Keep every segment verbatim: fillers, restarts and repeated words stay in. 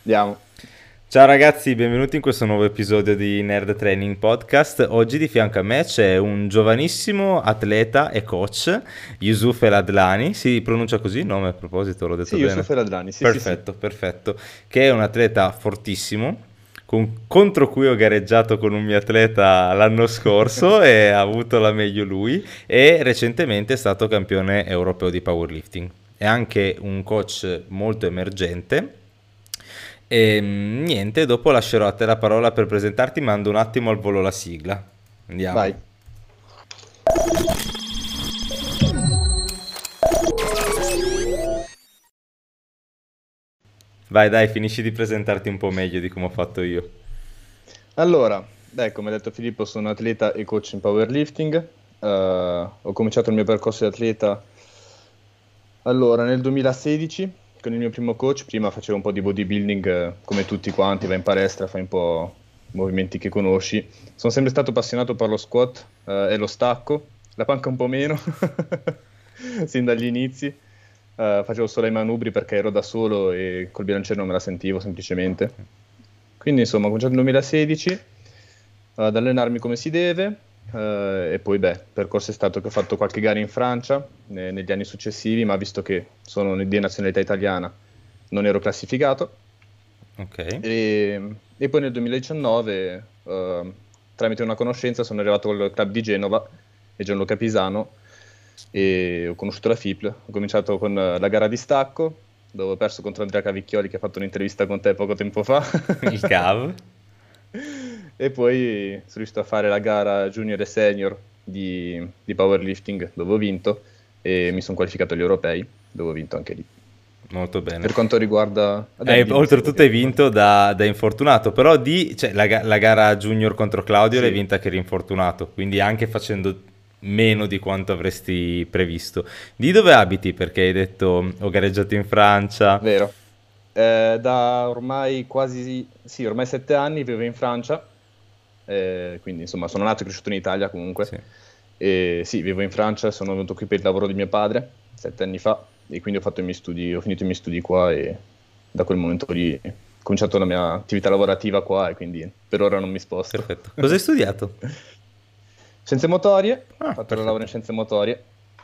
Andiamo. Ciao ragazzi, benvenuti in questo nuovo episodio di Nerd Training Podcast. Oggi di fianco a me c'è un giovanissimo atleta e coach, Yusuf El Adlani, si pronuncia così il nome a proposito, l'ho Sì, detto bene? Yusuf Radrani, sì, sì, sì. Perfetto, perfetto, che è un atleta fortissimo, con- contro cui ho gareggiato con un mio atleta l'anno scorso e ha avuto la meglio lui e recentemente è stato campione europeo di powerlifting. È anche un coach molto emergente. E mm, niente, dopo lascerò a te la parola per presentarti, mando un attimo al volo la sigla. Andiamo. Vai. Vai, dai, finisci di presentarti un po' meglio di come ho fatto io. Allora, beh, come ha detto Filippo, sono atleta e coach in powerlifting. Eh, ho cominciato il mio percorso di atleta allora nel duemilasedici con il mio primo coach. Prima facevo un po' di bodybuilding, eh, come tutti quanti, vai in palestra, fai un po' movimenti che conosci. Sono sempre stato appassionato per lo squat, eh, e lo stacco, la panca un po' meno, sin dagli inizi. Eh, facevo solo i manubri perché ero da solo e col bilanciere non me la sentivo semplicemente. Quindi insomma, ho cominciato nel duemilasedici eh, ad allenarmi come si deve, eh, e poi beh, il percorso è stato che ho fatto qualche gara in Francia ne- negli anni successivi, ma visto che sono di nazionalità italiana non ero classificato. Ok. E, e poi nel duemiladiciannove, eh, tramite una conoscenza, sono arrivato al club di Genova e Gianluca Pisano e ho conosciuto la F I P L. Ho cominciato con eh, la gara di stacco, dove ho perso contro Andrea Cavicchioli, che ha fatto un'intervista con te poco tempo fa. Il cav. E poi sono riuscito a fare la gara junior e senior di, di powerlifting, dove ho vinto, e mi sono qualificato agli europei, dove ho vinto anche lì. Molto bene. Per quanto riguarda... Ah, E dai, dimmi se vuoi oltretutto hai dire qualcosa. vinto da, da infortunato, però di, cioè, la, ga- la gara junior contro Claudio l'hai Sì, vinta che eri infortunato, quindi anche facendo meno di quanto avresti previsto. Di dove abiti? Perché hai detto ho gareggiato in Francia. vero. Eh, da ormai quasi, sì, ormai sette anni vivo in Francia, eh, quindi insomma sono nato e cresciuto in Italia comunque. Sì. E sì, vivo in Francia, sono venuto qui per il lavoro di mio padre sette anni fa e quindi ho fatto i miei studi, ho finito i miei studi qua e da quel momento lì ho cominciato la mia attività lavorativa qua e quindi per ora non mi sposto. Perfetto. Cosa hai studiato? Scienze motorie, ho Ah, fatto la laurea in perfetto. scienze motorie.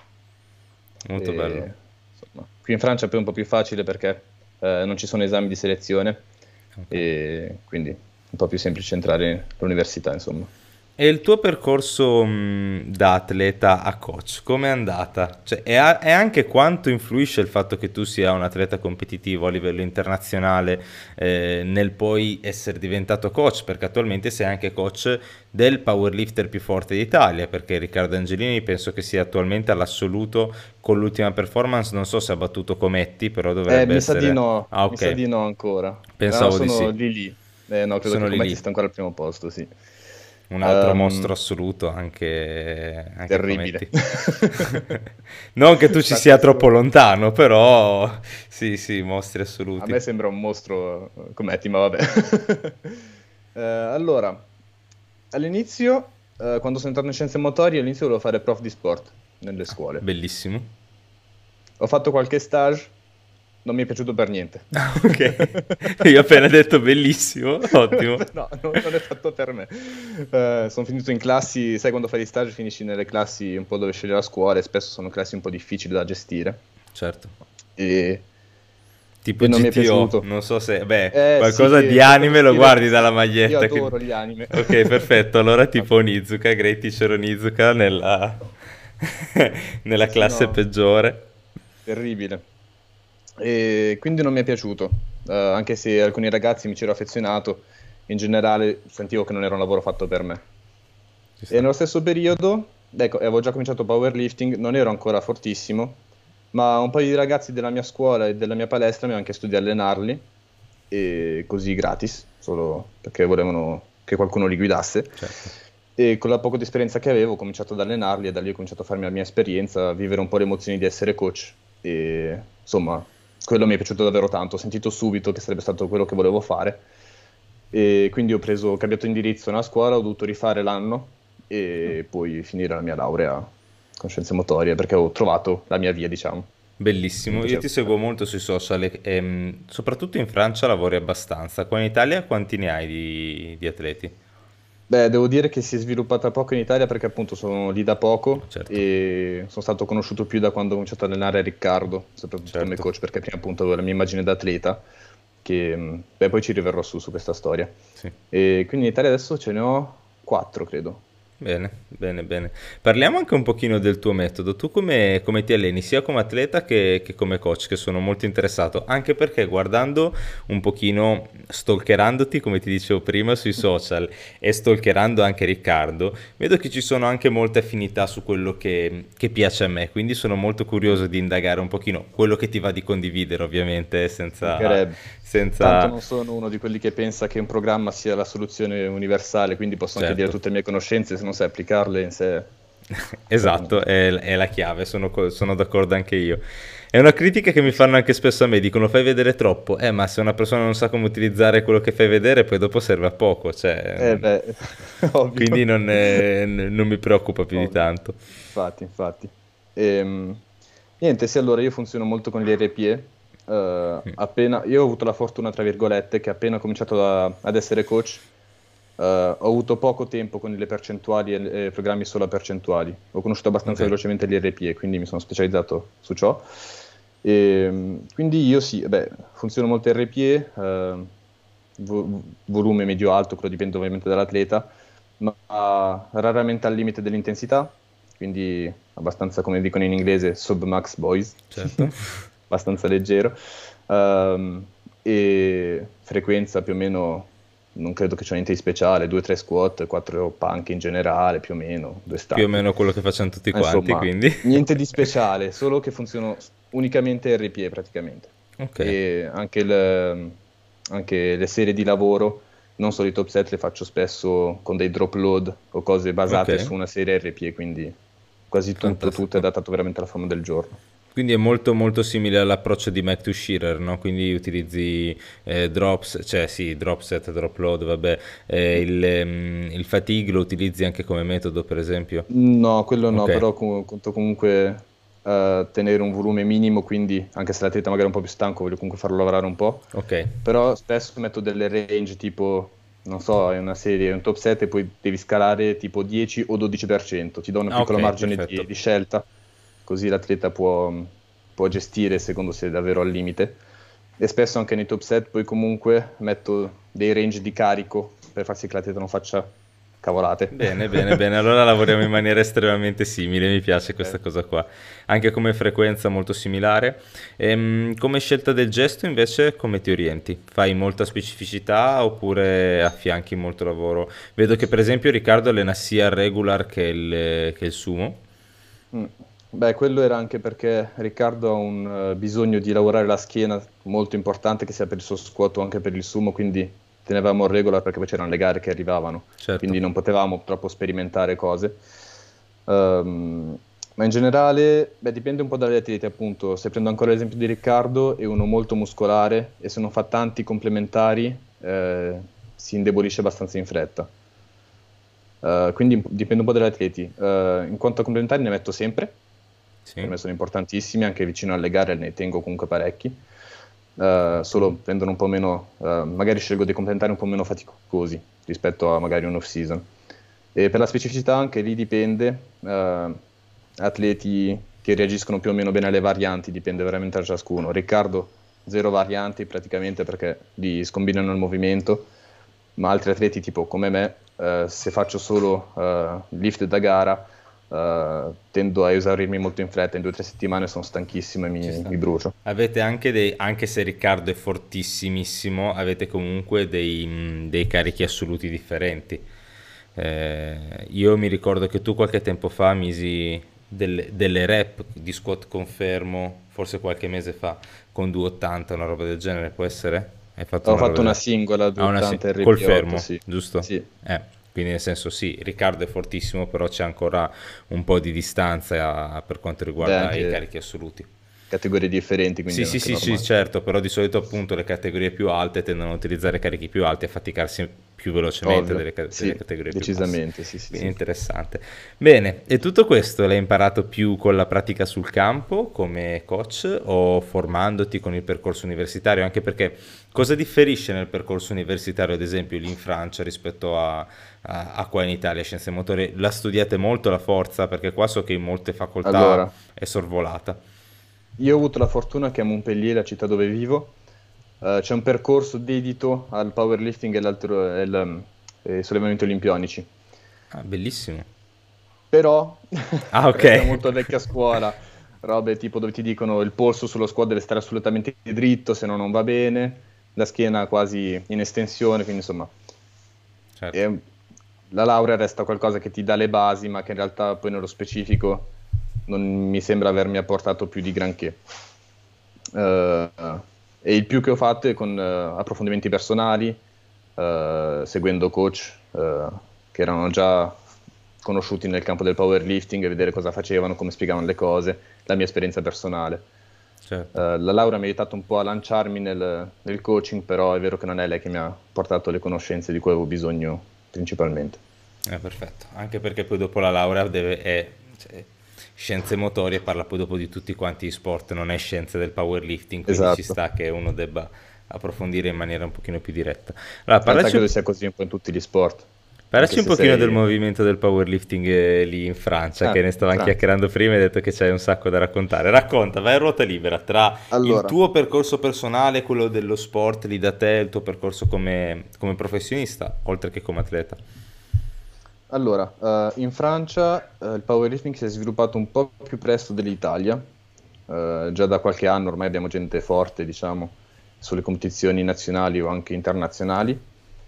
Molto bello. E, insomma, qui in Francia è poi un po' più facile perché eh, non ci sono esami di selezione Ok. e quindi è un po' più semplice entrare all'università, insomma. E il tuo percorso mh, da atleta a coach, com'è andata? Cioè, e, a- e anche quanto influisce il fatto che tu sia un atleta competitivo a livello internazionale eh, nel poi essere diventato coach? Perché attualmente sei anche coach del powerlifter più forte d'Italia, perché Riccardo Angelini penso che sia attualmente all'assoluto con l'ultima performance, non so se ha battuto Cometti, però Eh, dovrebbe mi sa di essere... no, Ah, mi sa ok, di no ancora. No, pensavo di sono sì. lì lì. Eh, no, credo che Sono lì Cometti lì. sia ancora al primo posto, sì. Un altro mostro Ehm, assoluto, anche, anche terribile. Cometti. Non che tu ci Da sia troppo questo... lontano, però sì, sì, mostri A me assoluti. sembra un mostro, eh, Cometti, ma vabbè. Eh, allora, all'inizio, eh, quando sono entrato in scienze motorie, all'inizio volevo fare prof di sport nelle scuole. Bellissimo. Ho fatto qualche stage, non mi è piaciuto per niente. Ok, io ho appena detto bellissimo, ottimo. No, no, non è fatto per me. Eh, sono finito in classi, sai quando fai gli stage finisci nelle classi un po' dove scegli la scuola e spesso sono classi un po' difficili da gestire Certo. e, Tipo e non mi è G T O, piaciuto. non so se... Beh, Eh qualcosa sì, di qualcosa anime lo stile... guardi dalla Sì, io maglietta. adoro quindi- gli anime. Ok, perfetto. Allora tipo Vabbè. Onizuka, Great Teacher Onizuka nella... nella Sì, classe no, peggiore. terribile. E quindi non mi è piaciuto, eh, anche se alcuni ragazzi mi c'ero affezionato, in generale sentivo che non era un lavoro fatto per me. Ci E sta. nello stesso periodo, ecco, avevo già cominciato powerlifting, non ero ancora fortissimo, ma un paio di ragazzi della mia scuola e della mia palestra mi hanno chiesto di allenarli, e così gratis, solo perché volevano che qualcuno li guidasse. Certo. E con la poca di esperienza che avevo ho cominciato ad allenarli e da lì ho cominciato a farmi la mia esperienza, a vivere un po' le emozioni di essere coach. E insomma, quello mi è piaciuto davvero tanto, ho sentito subito che sarebbe stato quello che volevo fare. E quindi ho preso, ho cambiato indirizzo nella scuola, ho dovuto rifare l'anno e poi finire la mia laurea con scienze motorie perché ho trovato la mia via, diciamo. Mi Bellissimo, io piace. ti seguo molto sui social e ehm, soprattutto in Francia lavori abbastanza. Qua in Italia quanti ne hai di, di atleti? Beh, devo dire che si è sviluppata poco in Italia perché appunto sono lì da poco Certo, e sono stato conosciuto più da quando ho cominciato ad allenare Riccardo, soprattutto come certo, coach, perché prima appunto avevo la mia immagine da atleta, che mh, beh, poi ci riverrò su, su questa storia. sì. E quindi in Italia adesso ce ne ho quattro, credo. Bene, bene, bene. Parliamo anche un pochino del tuo metodo. Tu come, come ti alleni, sia come atleta che, che come coach, che sono molto interessato, anche perché guardando un pochino, stalkerandoti, come ti dicevo prima, sui social e stalkerando anche Riccardo, vedo che ci sono anche molte affinità su quello che, che piace a me, quindi sono molto curioso di indagare un pochino quello che ti va di condividere, ovviamente, senza, Mancherebbe. Tanto senza... non sono uno di quelli che pensa che un programma sia la soluzione universale, quindi posso anche dire Certo. tutte le mie conoscenze, se non sai applicarle in sé serve a Esatto, nulla. è, è la chiave, sono, co- sono d'accordo anche io. È una critica che mi fanno anche spesso a me, dicono fai vedere troppo, eh ma se una persona non sa come utilizzare quello che fai vedere poi dopo serve a poco, cioè, Eh mm, beh, quindi ovvio. non, è- n- non mi preoccupa più di Ovvio. tanto. Infatti, infatti. Ehm, niente, sì, allora io funziono molto con gli R P E. eh, Mm, appena, io ho avuto la fortuna, tra virgolette, che appena ho cominciato a- ad essere coach, eh, ho avuto poco tempo con le percentuali e e programmi solo a percentuali. Ho conosciuto ok, abbastanza velocemente gli R P E, quindi mi sono specializzato su ciò. Ehm, quindi io sì, beh, funziono molto R P E, eh, vo- volume medio-alto, quello dipende ovviamente dall'atleta, ma raramente al limite dell'intensità, quindi abbastanza, come dicono in inglese, sub-max boys, certo. abbastanza leggero. Ehm, e frequenza più o meno, non credo che c'è niente di speciale, due tre squat, quattro panche in generale, più o meno, due Più o stacchi. meno quello che facciamo tutti Ah, quanti, insomma, quindi. niente di speciale, solo che funziono unicamente R P E praticamente. Ok, E anche, il- anche le serie di lavoro, non solo i top set, le faccio spesso con dei drop load o cose ok, basate su una serie R P E, quindi quasi tutto, tutto è fantastico. adattato veramente alla forma del giorno. Quindi è molto molto simile all'approccio di Mac to Shearer, no? Quindi utilizzi eh, drops, cioè sì, drop set, drop load, vabbè, eh, il, ehm, il fatigue lo utilizzi anche come metodo, per esempio? No, quello no, Ok, però com- conto comunque eh, tenere un volume minimo, quindi anche se l'atleta magari è un po' più stanco, voglio comunque farlo lavorare un po'. ok, Però spesso metto delle range tipo, non so, è una serie, è un top set e poi devi scalare tipo dieci o dodici per cento, ti do un ah, piccolo ok, margine di, perfetto. di scelta, così l'atleta può, può gestire secondo se è davvero al limite. E spesso anche nei top set poi comunque metto dei range di carico per far sì che l'atleta non faccia cavolate. Bene, bene, bene, allora lavoriamo in maniera estremamente simile, mi piace questa Ok. cosa qua. Anche come frequenza molto similare. Ehm, come scelta del gesto invece come ti orienti? Fai molta specificità oppure affianchi molto lavoro? Vedo che per esempio Riccardo allena sia il regular che il, che il sumo. Mm. Beh, quello era anche perché Riccardo ha un eh, bisogno di lavorare la schiena molto importante, che sia per il suo squat o anche per il sumo, quindi tenevamo il regular perché poi c'erano le gare che arrivavano, Certo, quindi non potevamo troppo sperimentare cose. Ehm, ma in generale, beh, dipende un po' dagli atleti, appunto. Se prendo ancora l'esempio di Riccardo, è uno molto muscolare e se non fa tanti complementari, eh, si indebolisce abbastanza in fretta. Eh, quindi dipende un po' dagli atleti. Eh, in quanto a complementari ne metto sempre, per sì, me sono importantissimi, anche vicino alle gare ne tengo comunque parecchi. Eh, solo prendono un po' meno, eh, magari scelgo dei complementari un po' meno faticosi rispetto a magari un off-season. E per la specificità anche lì dipende, eh, atleti che reagiscono più o meno bene alle varianti, dipende veramente da ciascuno. Riccardo, zero varianti praticamente perché li scombinano il movimento, ma altri atleti tipo come me, eh, se faccio solo eh, lift da gara, eh, tendo a esaurirmi molto in fretta, in due o tre settimane sono stanchissimo e ci mi, sta. mi brucio. Avete anche dei, anche se Riccardo è fortissimissimo, avete comunque dei, mh, dei carichi assoluti differenti. Eh, io mi ricordo che tu qualche tempo fa misi delle, delle rep di squat confermo, forse qualche mese fa, con duecentottanta, una roba del genere, può essere? Hai fatto Ho una roba fatto del una genere? singola Ah, una sì, duecentottanta col R P otto, fermo, sì. giusto? Sì. Eh, quindi nel senso sì, Riccardo è fortissimo, però c'è ancora un po' di distanza per quanto Beh, riguarda i anche carichi assoluti. categorie differenti, quindi Sì, è sì, anche sì, sì, normale. certo, però di solito appunto le categorie più alte tendono a utilizzare carichi più alti e a faticarsi più velocemente Ovvio, delle, ca- delle sì, categorie più basse. decisamente, sì, sì, Quindi sì. interessante. Bene, e tutto questo l'hai imparato più con la pratica sul campo come coach o formandoti con il percorso universitario? Anche perché cosa differisce nel percorso universitario, ad esempio, lì in Francia rispetto a, a, a qua in Italia, scienze motorie? La studiate molto la forza? Perché qua so che in molte facoltà Allora, è sorvolata. io ho avuto la fortuna che a Montpellier, la città dove vivo, eh, c'è un percorso dedito al powerlifting e, l'altro- e il um, e i sollevamenti olimpionici. Ah, bellissimo. Però Ah, ok. resta molto a vecchia scuola, robe tipo dove ti dicono il polso sullo squat deve stare assolutamente dritto, se no non va bene, la schiena quasi in estensione, quindi insomma Certo. è- la laurea resta qualcosa che ti dà le basi, ma che in realtà poi nello specifico non mi sembra avermi apportato più di granché. Eh, e il più che ho fatto è con eh, approfondimenti personali, eh, seguendo coach eh, che erano già conosciuti nel campo del powerlifting e vedere cosa facevano, come spiegavano le cose, la mia esperienza personale. Certo. Eh, la laurea mi ha aiutato un po' a lanciarmi nel, nel coaching, però è vero che non è lei che mi ha portato le conoscenze di cui avevo bisogno principalmente. Eh, perfetto. Anche perché poi dopo la laurea deve, è cioè, scienze motorie, parla poi dopo di tutti quanti gli sport, non è scienze del powerlifting, quindi ci Esatto. sta che uno debba approfondire in maniera un pochino più diretta. Allora, In realtà parlaci, credo sia così un po' in tutti gli sport, parlaci anche un se pochino del sei... movimento del powerlifting eh, lì in Francia, Ah, che ne stavamo Francia. chiacchierando prima e hai detto che c'hai un sacco da raccontare. Racconta, vai a ruota libera, tra il Allora, tuo percorso personale e quello dello sport lì da te, il tuo percorso come, come professionista, oltre che come atleta. allora eh, in Francia eh, il powerlifting si è sviluppato un po' più presto dell'Italia. Eh, già da qualche anno ormai abbiamo gente forte, diciamo, sulle competizioni nazionali o anche internazionali.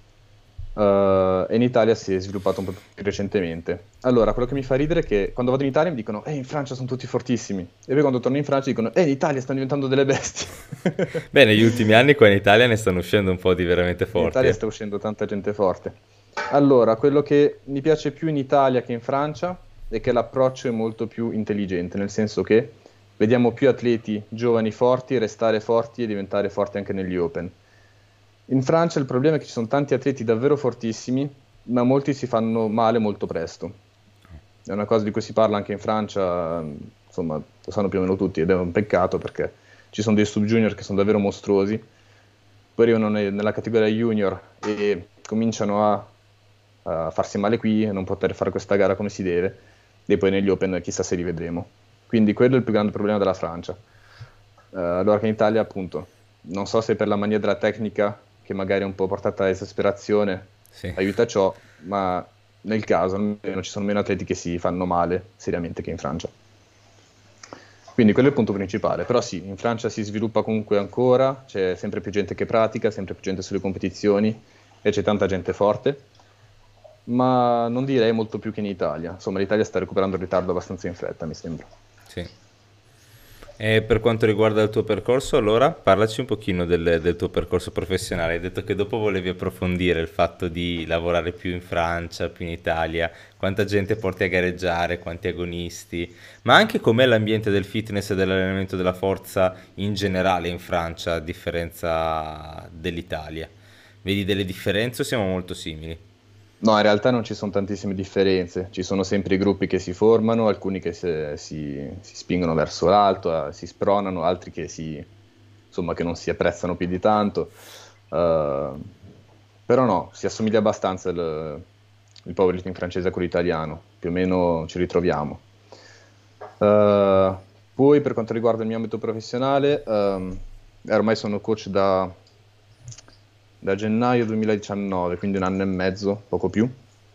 Eh, e in Italia si è sviluppato un po' più recentemente. Allora, quello che mi fa ridere è che quando vado in Italia mi dicono, eh, in Francia sono tutti fortissimi. E poi quando torno in Francia dicono, eh, in Italia stanno diventando delle bestie. Beh, negli ultimi anni qua in Italia ne stanno uscendo un po' di veramente In forti. Italia Eh. sta uscendo tanta gente forte. Allora, quello che mi piace più in Italia che in Francia è che l'approccio è molto più intelligente, nel senso che vediamo più atleti giovani forti restare forti e diventare forti anche negli Open. In Francia il problema è che ci sono tanti atleti davvero fortissimi, ma molti si fanno male molto presto. È una cosa di cui si parla anche in Francia, insomma, lo sanno più o meno tutti ed è un peccato perché ci sono dei sub junior che sono davvero mostruosi, poi arrivano ne- nella categoria junior e cominciano a, a farsi male qui e non poter fare questa gara come si deve, e poi negli Open chissà se li vedremo. Quindi quello è il più grande problema della Francia. Eh, allora che in Italia, appunto, non so se per la mania della tecnica, che magari è un po' portata a esasperazione, Sì. aiuta ciò, ma nel caso almeno ci sono meno atleti che si fanno male seriamente che in Francia. Quindi quello è il punto principale, però sì, in Francia si sviluppa comunque ancora, c'è sempre più gente che pratica, sempre più gente sulle competizioni e c'è tanta gente forte, ma non direi molto più che in Italia. Insomma, l'Italia sta recuperando il ritardo abbastanza in fretta, mi sembra. Sì. E per quanto riguarda il tuo percorso, allora parlaci un pochino del, del tuo percorso professionale. Hai detto che dopo volevi approfondire il fatto di lavorare più in Francia, più in Italia, quanta gente porti a gareggiare, quanti agonisti, ma anche com'è l'ambiente del fitness e dell'allenamento della forza in generale in Francia, a differenza dell'Italia. Vedi delle differenze o siamo molto simili? No, in realtà non ci sono tantissime differenze, ci sono sempre i gruppi che si formano, alcuni che se- si, si spingono verso l'alto, eh, si spronano, altri che, si, insomma, che non si apprezzano più di tanto. Eh, però no, si assomiglia abbastanza il, il powerlifting francese a quello italiano, più o meno ci ritroviamo. Eh, Poi per quanto riguarda il mio ambito professionale, ehm, ormai sono coach da da gennaio duemiladiciannove, quindi un anno e mezzo, poco più.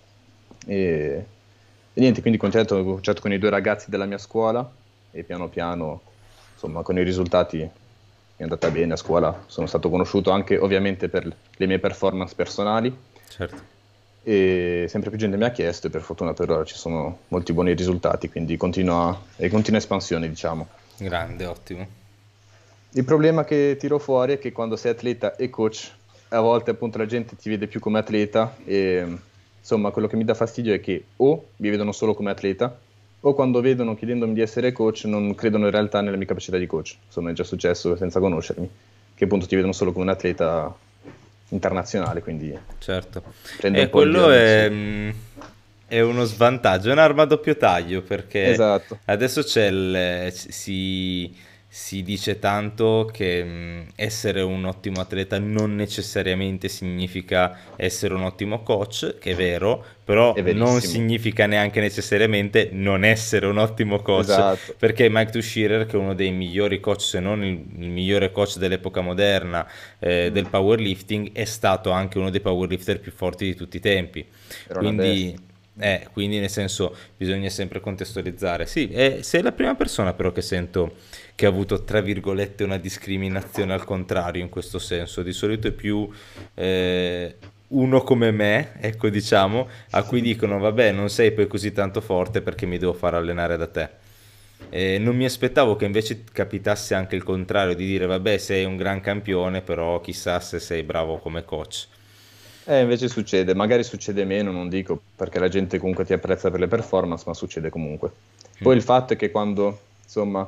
E, e niente, quindi contento, ho cominciato con i due ragazzi della mia scuola e piano piano, insomma, con i risultati mi è andata bene a scuola. Sono stato conosciuto anche ovviamente per le mie performance personali Certo. e sempre più gente mi ha chiesto e per fortuna per ora ci sono molti buoni risultati, quindi continua, è continua espansione, diciamo. Grande, ottimo. Il problema che tiro fuori è che quando sei atleta e coach, a volte appunto la gente ti vede più come atleta e insomma quello che mi dà fastidio è che o mi vedono solo come atleta o quando vedono chiedendomi di essere coach non credono in realtà nelle mie capacità di coach. Insomma, è già successo senza conoscermi, che appunto ti vedono solo come un atleta internazionale, quindi Certo. prende E un po' il quello giro è, su. mh, è uno svantaggio, è un'arma a doppio taglio perché Esatto, adesso c'è il, si, si dice tanto che mh, essere un ottimo atleta non necessariamente significa essere un ottimo coach, che è vero, però è non verissimo. significa neanche necessariamente non essere un ottimo coach, Esatto. perché Mike Tuchscherer, che è uno dei migliori coach, se non il, il migliore coach dell'epoca moderna, eh, del Mm, powerlifting, è stato anche uno dei powerlifter più forti di tutti i tempi. era una Quindi, bestia. eh, quindi nel senso, bisogna sempre contestualizzare. Sì, e sei la prima persona però che sento che ha avuto, tra virgolette, una discriminazione al contrario in questo senso. Di solito è più eh, uno come me, ecco diciamo, a cui dicono, vabbè, non sei poi così tanto forte perché mi devo far allenare da te. E non mi aspettavo che invece capitasse anche il contrario, di dire, vabbè, sei un gran campione, però chissà se sei bravo come coach. Eh, invece succede, magari succede meno, non dico, perché la gente comunque ti apprezza per le performance, ma succede comunque. Mm, Poi il fatto è che quando, insomma,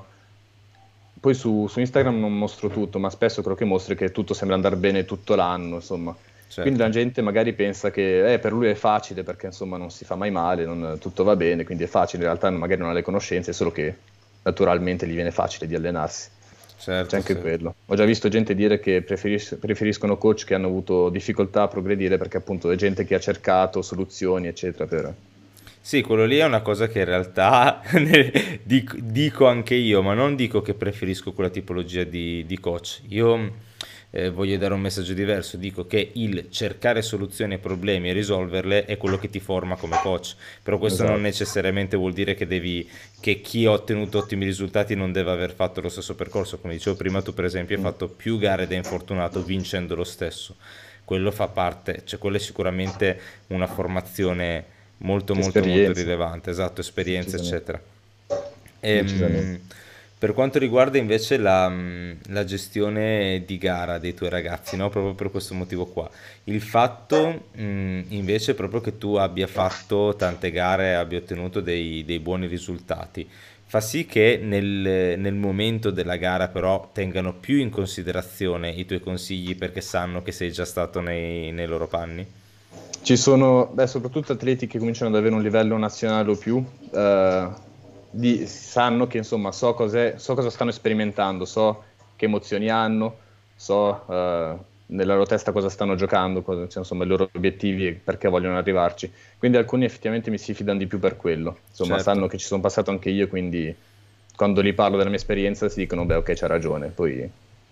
poi su, su Instagram non mostro tutto, ma spesso quello che mostro è che tutto sembra andare bene tutto l'anno, insomma. Quindi la certo. gente magari pensa che eh, per lui è facile perché insomma non si fa mai male, non- tutto va bene, quindi è facile, in realtà magari non ha le conoscenze, solo che naturalmente gli viene facile di allenarsi. C'è Certo, anche sì. quello. Ho già visto gente dire che preferis- preferiscono coach che hanno avuto difficoltà a progredire perché appunto è gente che ha cercato soluzioni, eccetera, per... Sì, quello lì è una cosa che in realtà ne- dico, dico anche io, ma non dico che preferisco quella tipologia di, di coach. Io eh, voglio dare un messaggio diverso, dico che il cercare soluzioni ai problemi e risolverle è quello che ti forma come coach, però questo non Esatto. necessariamente vuol dire che devi, che chi ha ottenuto ottimi risultati non deve aver fatto lo stesso percorso. Come dicevo prima, tu per esempio hai Mm. fatto più gare da infortunato vincendo lo stesso. Quello fa parte, cioè quello è sicuramente una formazione molto molto molto Esperienza, rilevante, esatto, esperienza decisamente. eccetera. Decisamente. Ehm, per quanto riguarda invece la, mh, la gestione di gara dei tuoi ragazzi, no? Proprio per questo motivo qua, il fatto mh, invece proprio che tu abbia fatto tante gare, abbia ottenuto dei, dei buoni risultati, fa sì che nel, nel momento della gara però tengano più in considerazione i tuoi consigli perché sanno che sei già stato nei, nei loro panni? Ci sono, beh, soprattutto atleti che cominciano ad avere un livello nazionale o più, eh, di- sanno che insomma so, cos'è- so cosa stanno sperimentando, so che emozioni hanno, so eh, nella loro testa cosa stanno giocando, cosa, cioè, insomma i loro obiettivi e perché vogliono arrivarci. Quindi alcuni effettivamente mi si fidano di più per quello, insomma Certo. sanno che ci sono passato anche io, quindi quando gli parlo della mia esperienza si dicono, beh ok, c'ha ragione, poi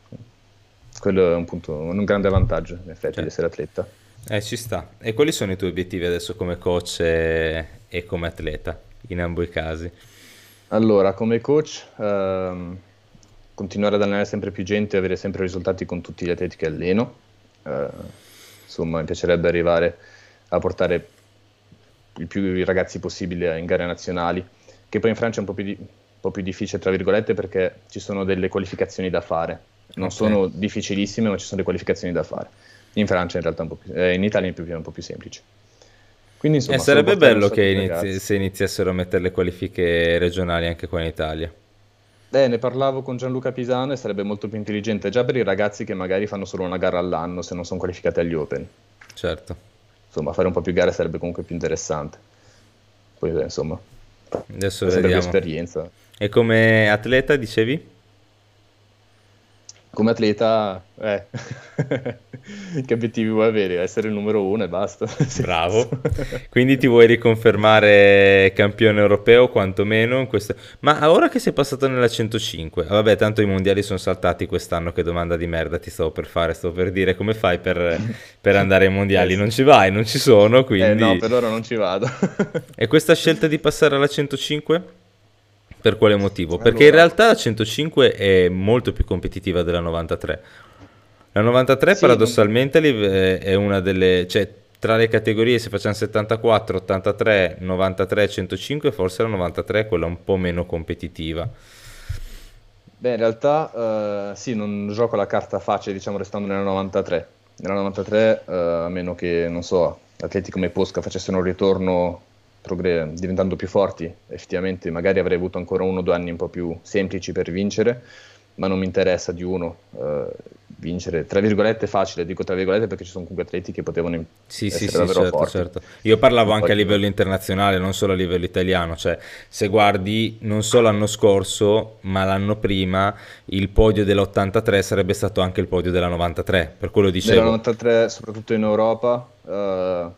quello è un punto, un grande vantaggio in effetti di Cioè, essere atleta. Eh, ci sta. E quali sono i tuoi obiettivi adesso come coach e, e come atleta, in ambo i casi? Allora, come coach, ehm, continuare ad allenare sempre più gente e avere sempre risultati con tutti gli atleti che alleno. Eh, insomma, mi piacerebbe arrivare a portare il più i ragazzi possibile in gare nazionali, che poi in Francia è un po' più, di- un po' più difficile, tra virgolette, perché ci sono delle qualificazioni da fare. Non Ok. sono difficilissime, ma ci sono delle qualificazioni da fare. In Francia in realtà è un po' più, eh, in Italia è un po' più, è un po' più semplice. Quindi E insomma, solo sarebbe portare un bello che sacco di inizi- ragazzi. se iniziassero a mettere le qualifiche regionali anche qua in Italia. Eh, ne parlavo con Gianluca Pisano e sarebbe molto più intelligente già per i ragazzi che magari fanno solo una gara all'anno se non sono qualificati agli Open. Certo. Insomma, fare un po' più gare sarebbe comunque più interessante. Poi, eh, insomma, Adesso è sempre più vediamo. esperienza. E come atleta dicevi? Come atleta, eh, che obiettivi vuoi avere? Essere il numero uno e basta. Sì, Bravo. Quindi ti vuoi riconfermare campione europeo quantomeno in questo... Ma ora che sei passato nella centocinque, ah, vabbè, tanto i mondiali sono saltati quest'anno, che domanda di merda ti stavo per fare, stavo per dire come fai per, per andare ai Eh mondiali? Non sì. ci vai, non ci sono, Eh no, quindi... per ora non ci vado. E questa scelta di passare alla centocinque? Per quale motivo? Perché in Allora, realtà la centocinque è molto più competitiva della novantatré. La novantatré sì, non- paradossalmente li- eh, è una delle, cioè tra le categorie se facciamo settantaquattro, ottantatré, novantatré, centocinque, forse la novantatré è quella un po' meno competitiva. beh, in realtà eh, sì, non gioco la carta facile, diciamo, restando nella novantatré. Nella novantatré, eh, a meno che, non so, atleti come Posca facessero un ritorno progre- diventando più forti, effettivamente magari avrei avuto ancora uno o due anni un po' più semplici per vincere, ma non mi interessa di uno eh, vincere, tra virgolette facile, dico tra virgolette perché ci sono comunque atleti che potevano im- Sì, sì, essere sì, davvero certo, forti. certo. Io parlavo Non anche a voglio... livello internazionale, non solo a livello italiano, cioè se guardi non solo l'anno scorso, ma l'anno prima, il podio dell'ottantatré sarebbe stato anche il podio della novantatré, per quello Nella dicevo. novantatré, soprattutto in Europa, eh,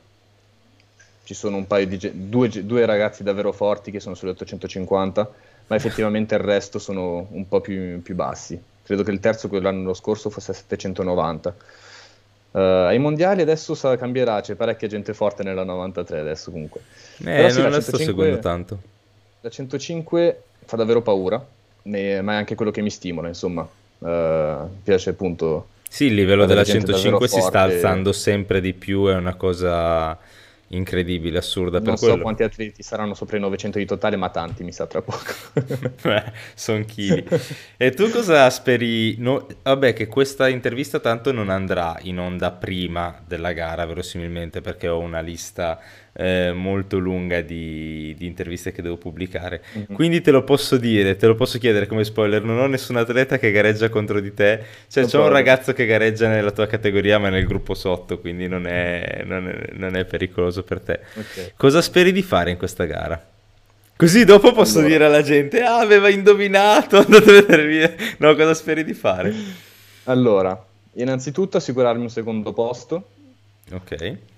ci sono un paio di ge- due, ge- due ragazzi davvero forti che sono sulle ottocentocinquanta, ma effettivamente il resto sono un po' più, più bassi. Credo che il terzo quell'anno scorso fosse a settecentonovanta. Eh, ai mondiali adesso sa, cambierà, c'è parecchia gente forte nella novantatré adesso comunque. Però Eh, sì, non la la sto seguendo centocinque, tanto. la centocinque fa davvero paura, ne- ma è anche quello che mi stimola, insomma. Eh, mi piace appunto Sì, il livello della avere gente davvero centocinque si sta forte. alzando sempre di più, è una cosa incredibile, assurda per Non so quello. quanti atleti saranno sopra i novecento di totale, ma tanti, mi sa tra poco. Sono chili. E tu cosa speri? No, vabbè, che questa intervista tanto non andrà in onda prima della gara, verosimilmente, perché ho una lista eh, molto lunga di, di interviste che devo pubblicare. Mhm. Quindi te lo posso dire, te lo posso chiedere come spoiler, non ho nessun atleta che gareggia contro di te, cioè Non c'è un proprio. ragazzo che gareggia nella tua categoria ma nel gruppo sotto, quindi non è, non è- non è pericoloso per te. Ok. Cosa speri di fare in questa gara? Così dopo posso Allora, dire alla gente, ah, aveva indovinato, andate a vedere via. No, cosa speri di fare? allora, innanzitutto assicurarmi un secondo posto Ok,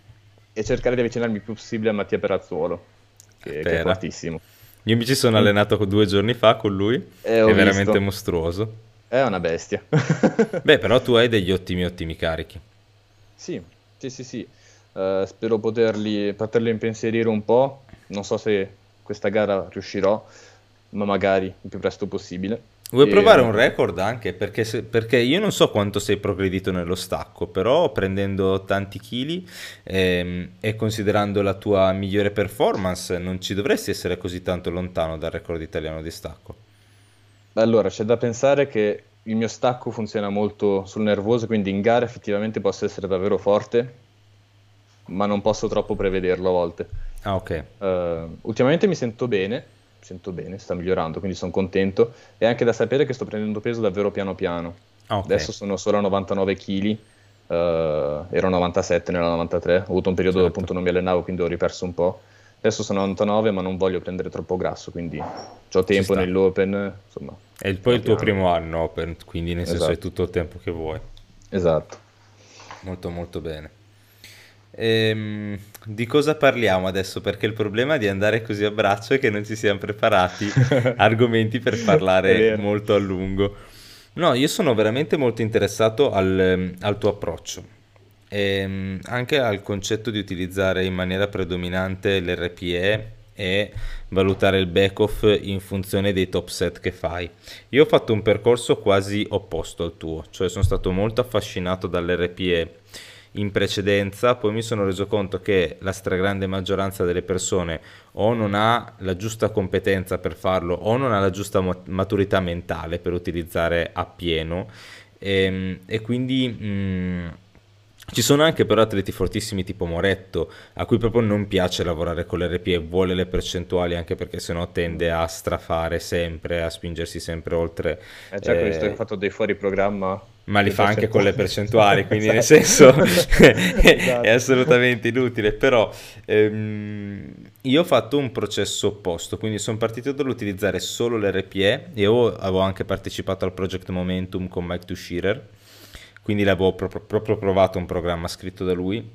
e cercare di avvicinarmi il più possibile a Mattia Perazzuolo, che, che è spera. fortissimo. Io mi ci sono In- allenato due giorni fa con lui, E è ho veramente visto, mostruoso. è una bestia. Beh, però tu hai degli ottimi, ottimi carichi. Sì, sì, sì, sì. Eh, spero poterli, poterli impensierire un po'. Non so se questa gara riuscirò, ma magari il più presto possibile. Vuoi provare E, un record anche? Perché, se- perché io non so quanto sei progredito nello stacco, però prendendo tanti chili ehm, e considerando la tua migliore performance, non ci dovresti essere così tanto lontano dal record italiano di stacco. allora, c'è da pensare che il mio stacco funziona molto sul nervoso, quindi in gara effettivamente posso essere davvero forte, ma non posso troppo prevederlo a volte. Ah, ok. Eh, ultimamente mi sento bene, mi sento bene, sta migliorando, quindi sono contento. E anche da sapere che sto prendendo peso davvero piano piano. Ah, ok. Adesso sono solo a novantanove chili, ero a novantasette nella novantatré, ho avuto un periodo dove Certo, appunto non mi allenavo, quindi ho riperso un po'. Adesso sono a novantanove, ma non voglio prendere troppo grasso, quindi ho ci tempo sta. nell'open, insomma, È il- poi piano il tuo piano. primo anno open, quindi nel senso hai Esatto, tutto il tempo che vuoi. esatto. Molto molto bene. Ehm, di cosa parliamo adesso? Perché il problema di andare così a braccio è che non ci siamo preparati argomenti per È parlare vero. molto a lungo. No, io sono veramente molto interessato al, ehm, al tuo approccio. Ehm, anche al concetto di utilizzare in maniera predominante l'R P E e valutare il back-off in funzione dei top set che fai. Io ho fatto un percorso quasi opposto al tuo, cioè sono stato molto affascinato dall'R P E in precedenza, poi mi sono reso conto che la stragrande maggioranza delle persone o non ha la giusta competenza per farlo o non ha la giusta ma- maturità mentale per utilizzare appieno e, e quindi mh, ci sono anche però atleti fortissimi tipo Moretto a cui proprio non piace lavorare con l'R P e vuole le percentuali anche perché sennò tende a strafare sempre, a spingersi sempre oltre Eh già che ho visto che ha eh, fatto dei fuori programma ma li le fa anche con le percentuali. percentuali, quindi nel Esatto. senso è Esatto. assolutamente inutile, però ehm, io ho fatto un processo opposto, quindi sono partito dall'utilizzare solo l'R P E e io avevo anche partecipato al Project Momentum con Mike Tushirer, quindi l'avevo proprio, proprio provato un programma scritto da lui.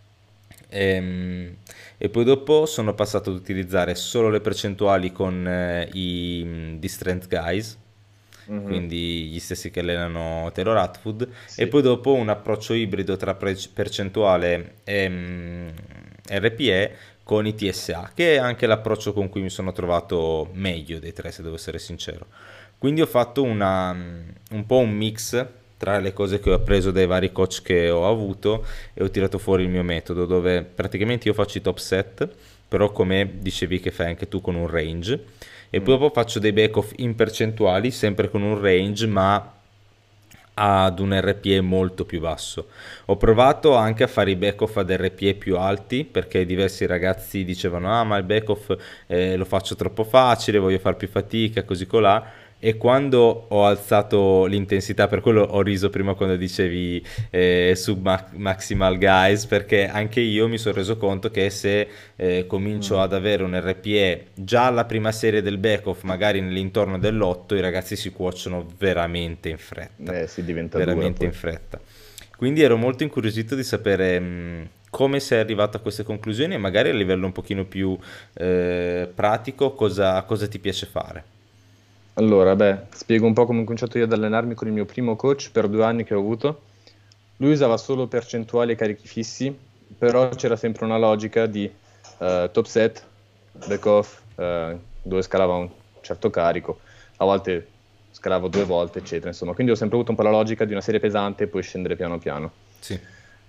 Ehm, E, poi dopo sono passato ad utilizzare solo le percentuali con eh, i mm, di Strength Guys, Mhm. quindi gli stessi che allenano Taylor Atwood, e Sì. poi dopo un approccio ibrido tra pre- percentuale e mm, R P E con i T S A, che è anche l'approccio con cui mi sono trovato meglio dei tre, se devo essere sincero. Quindi ho fatto una, mm, un po' un mix tra le cose che ho appreso dai vari coach che ho avuto e ho tirato fuori il mio metodo, dove praticamente io faccio i top set, però come dicevi che fai anche tu con un range, e poi Mm. dopo faccio dei back off in percentuali, sempre con un range, ma ad un R P E molto più basso. Ho provato anche a fare i back-off ad R P E più alti perché diversi ragazzi dicevano ah ma il back-off eh, lo faccio troppo facile, voglio fare più fatica, così colà. E quando ho alzato l'intensità, per quello ho riso prima quando dicevi eh, sub maximal guys, perché anche io mi sono reso conto che se eh, comincio Mm. ad avere un R P E già alla prima serie del back-off, magari nell'intorno dell'otto, i ragazzi si cuociono veramente in fretta, Eh, si diventa dura veramente poi. in fretta. Quindi ero molto incuriosito di sapere mh, come sei arrivato a queste conclusioni e magari a livello un pochino più eh, pratico cosa, cosa ti piace fare. Allora, beh, spiego un po' come ho cominciato io ad allenarmi con il mio primo coach per due anni che ho avuto. Lui usava solo percentuali e carichi fissi, però c'era sempre una logica di eh, top set, back off, eh, dove scalava un certo carico, a volte scalavo due volte, eccetera. Insomma, quindi ho sempre avuto un po' la logica di una serie pesante e poi scendere piano piano. Sì.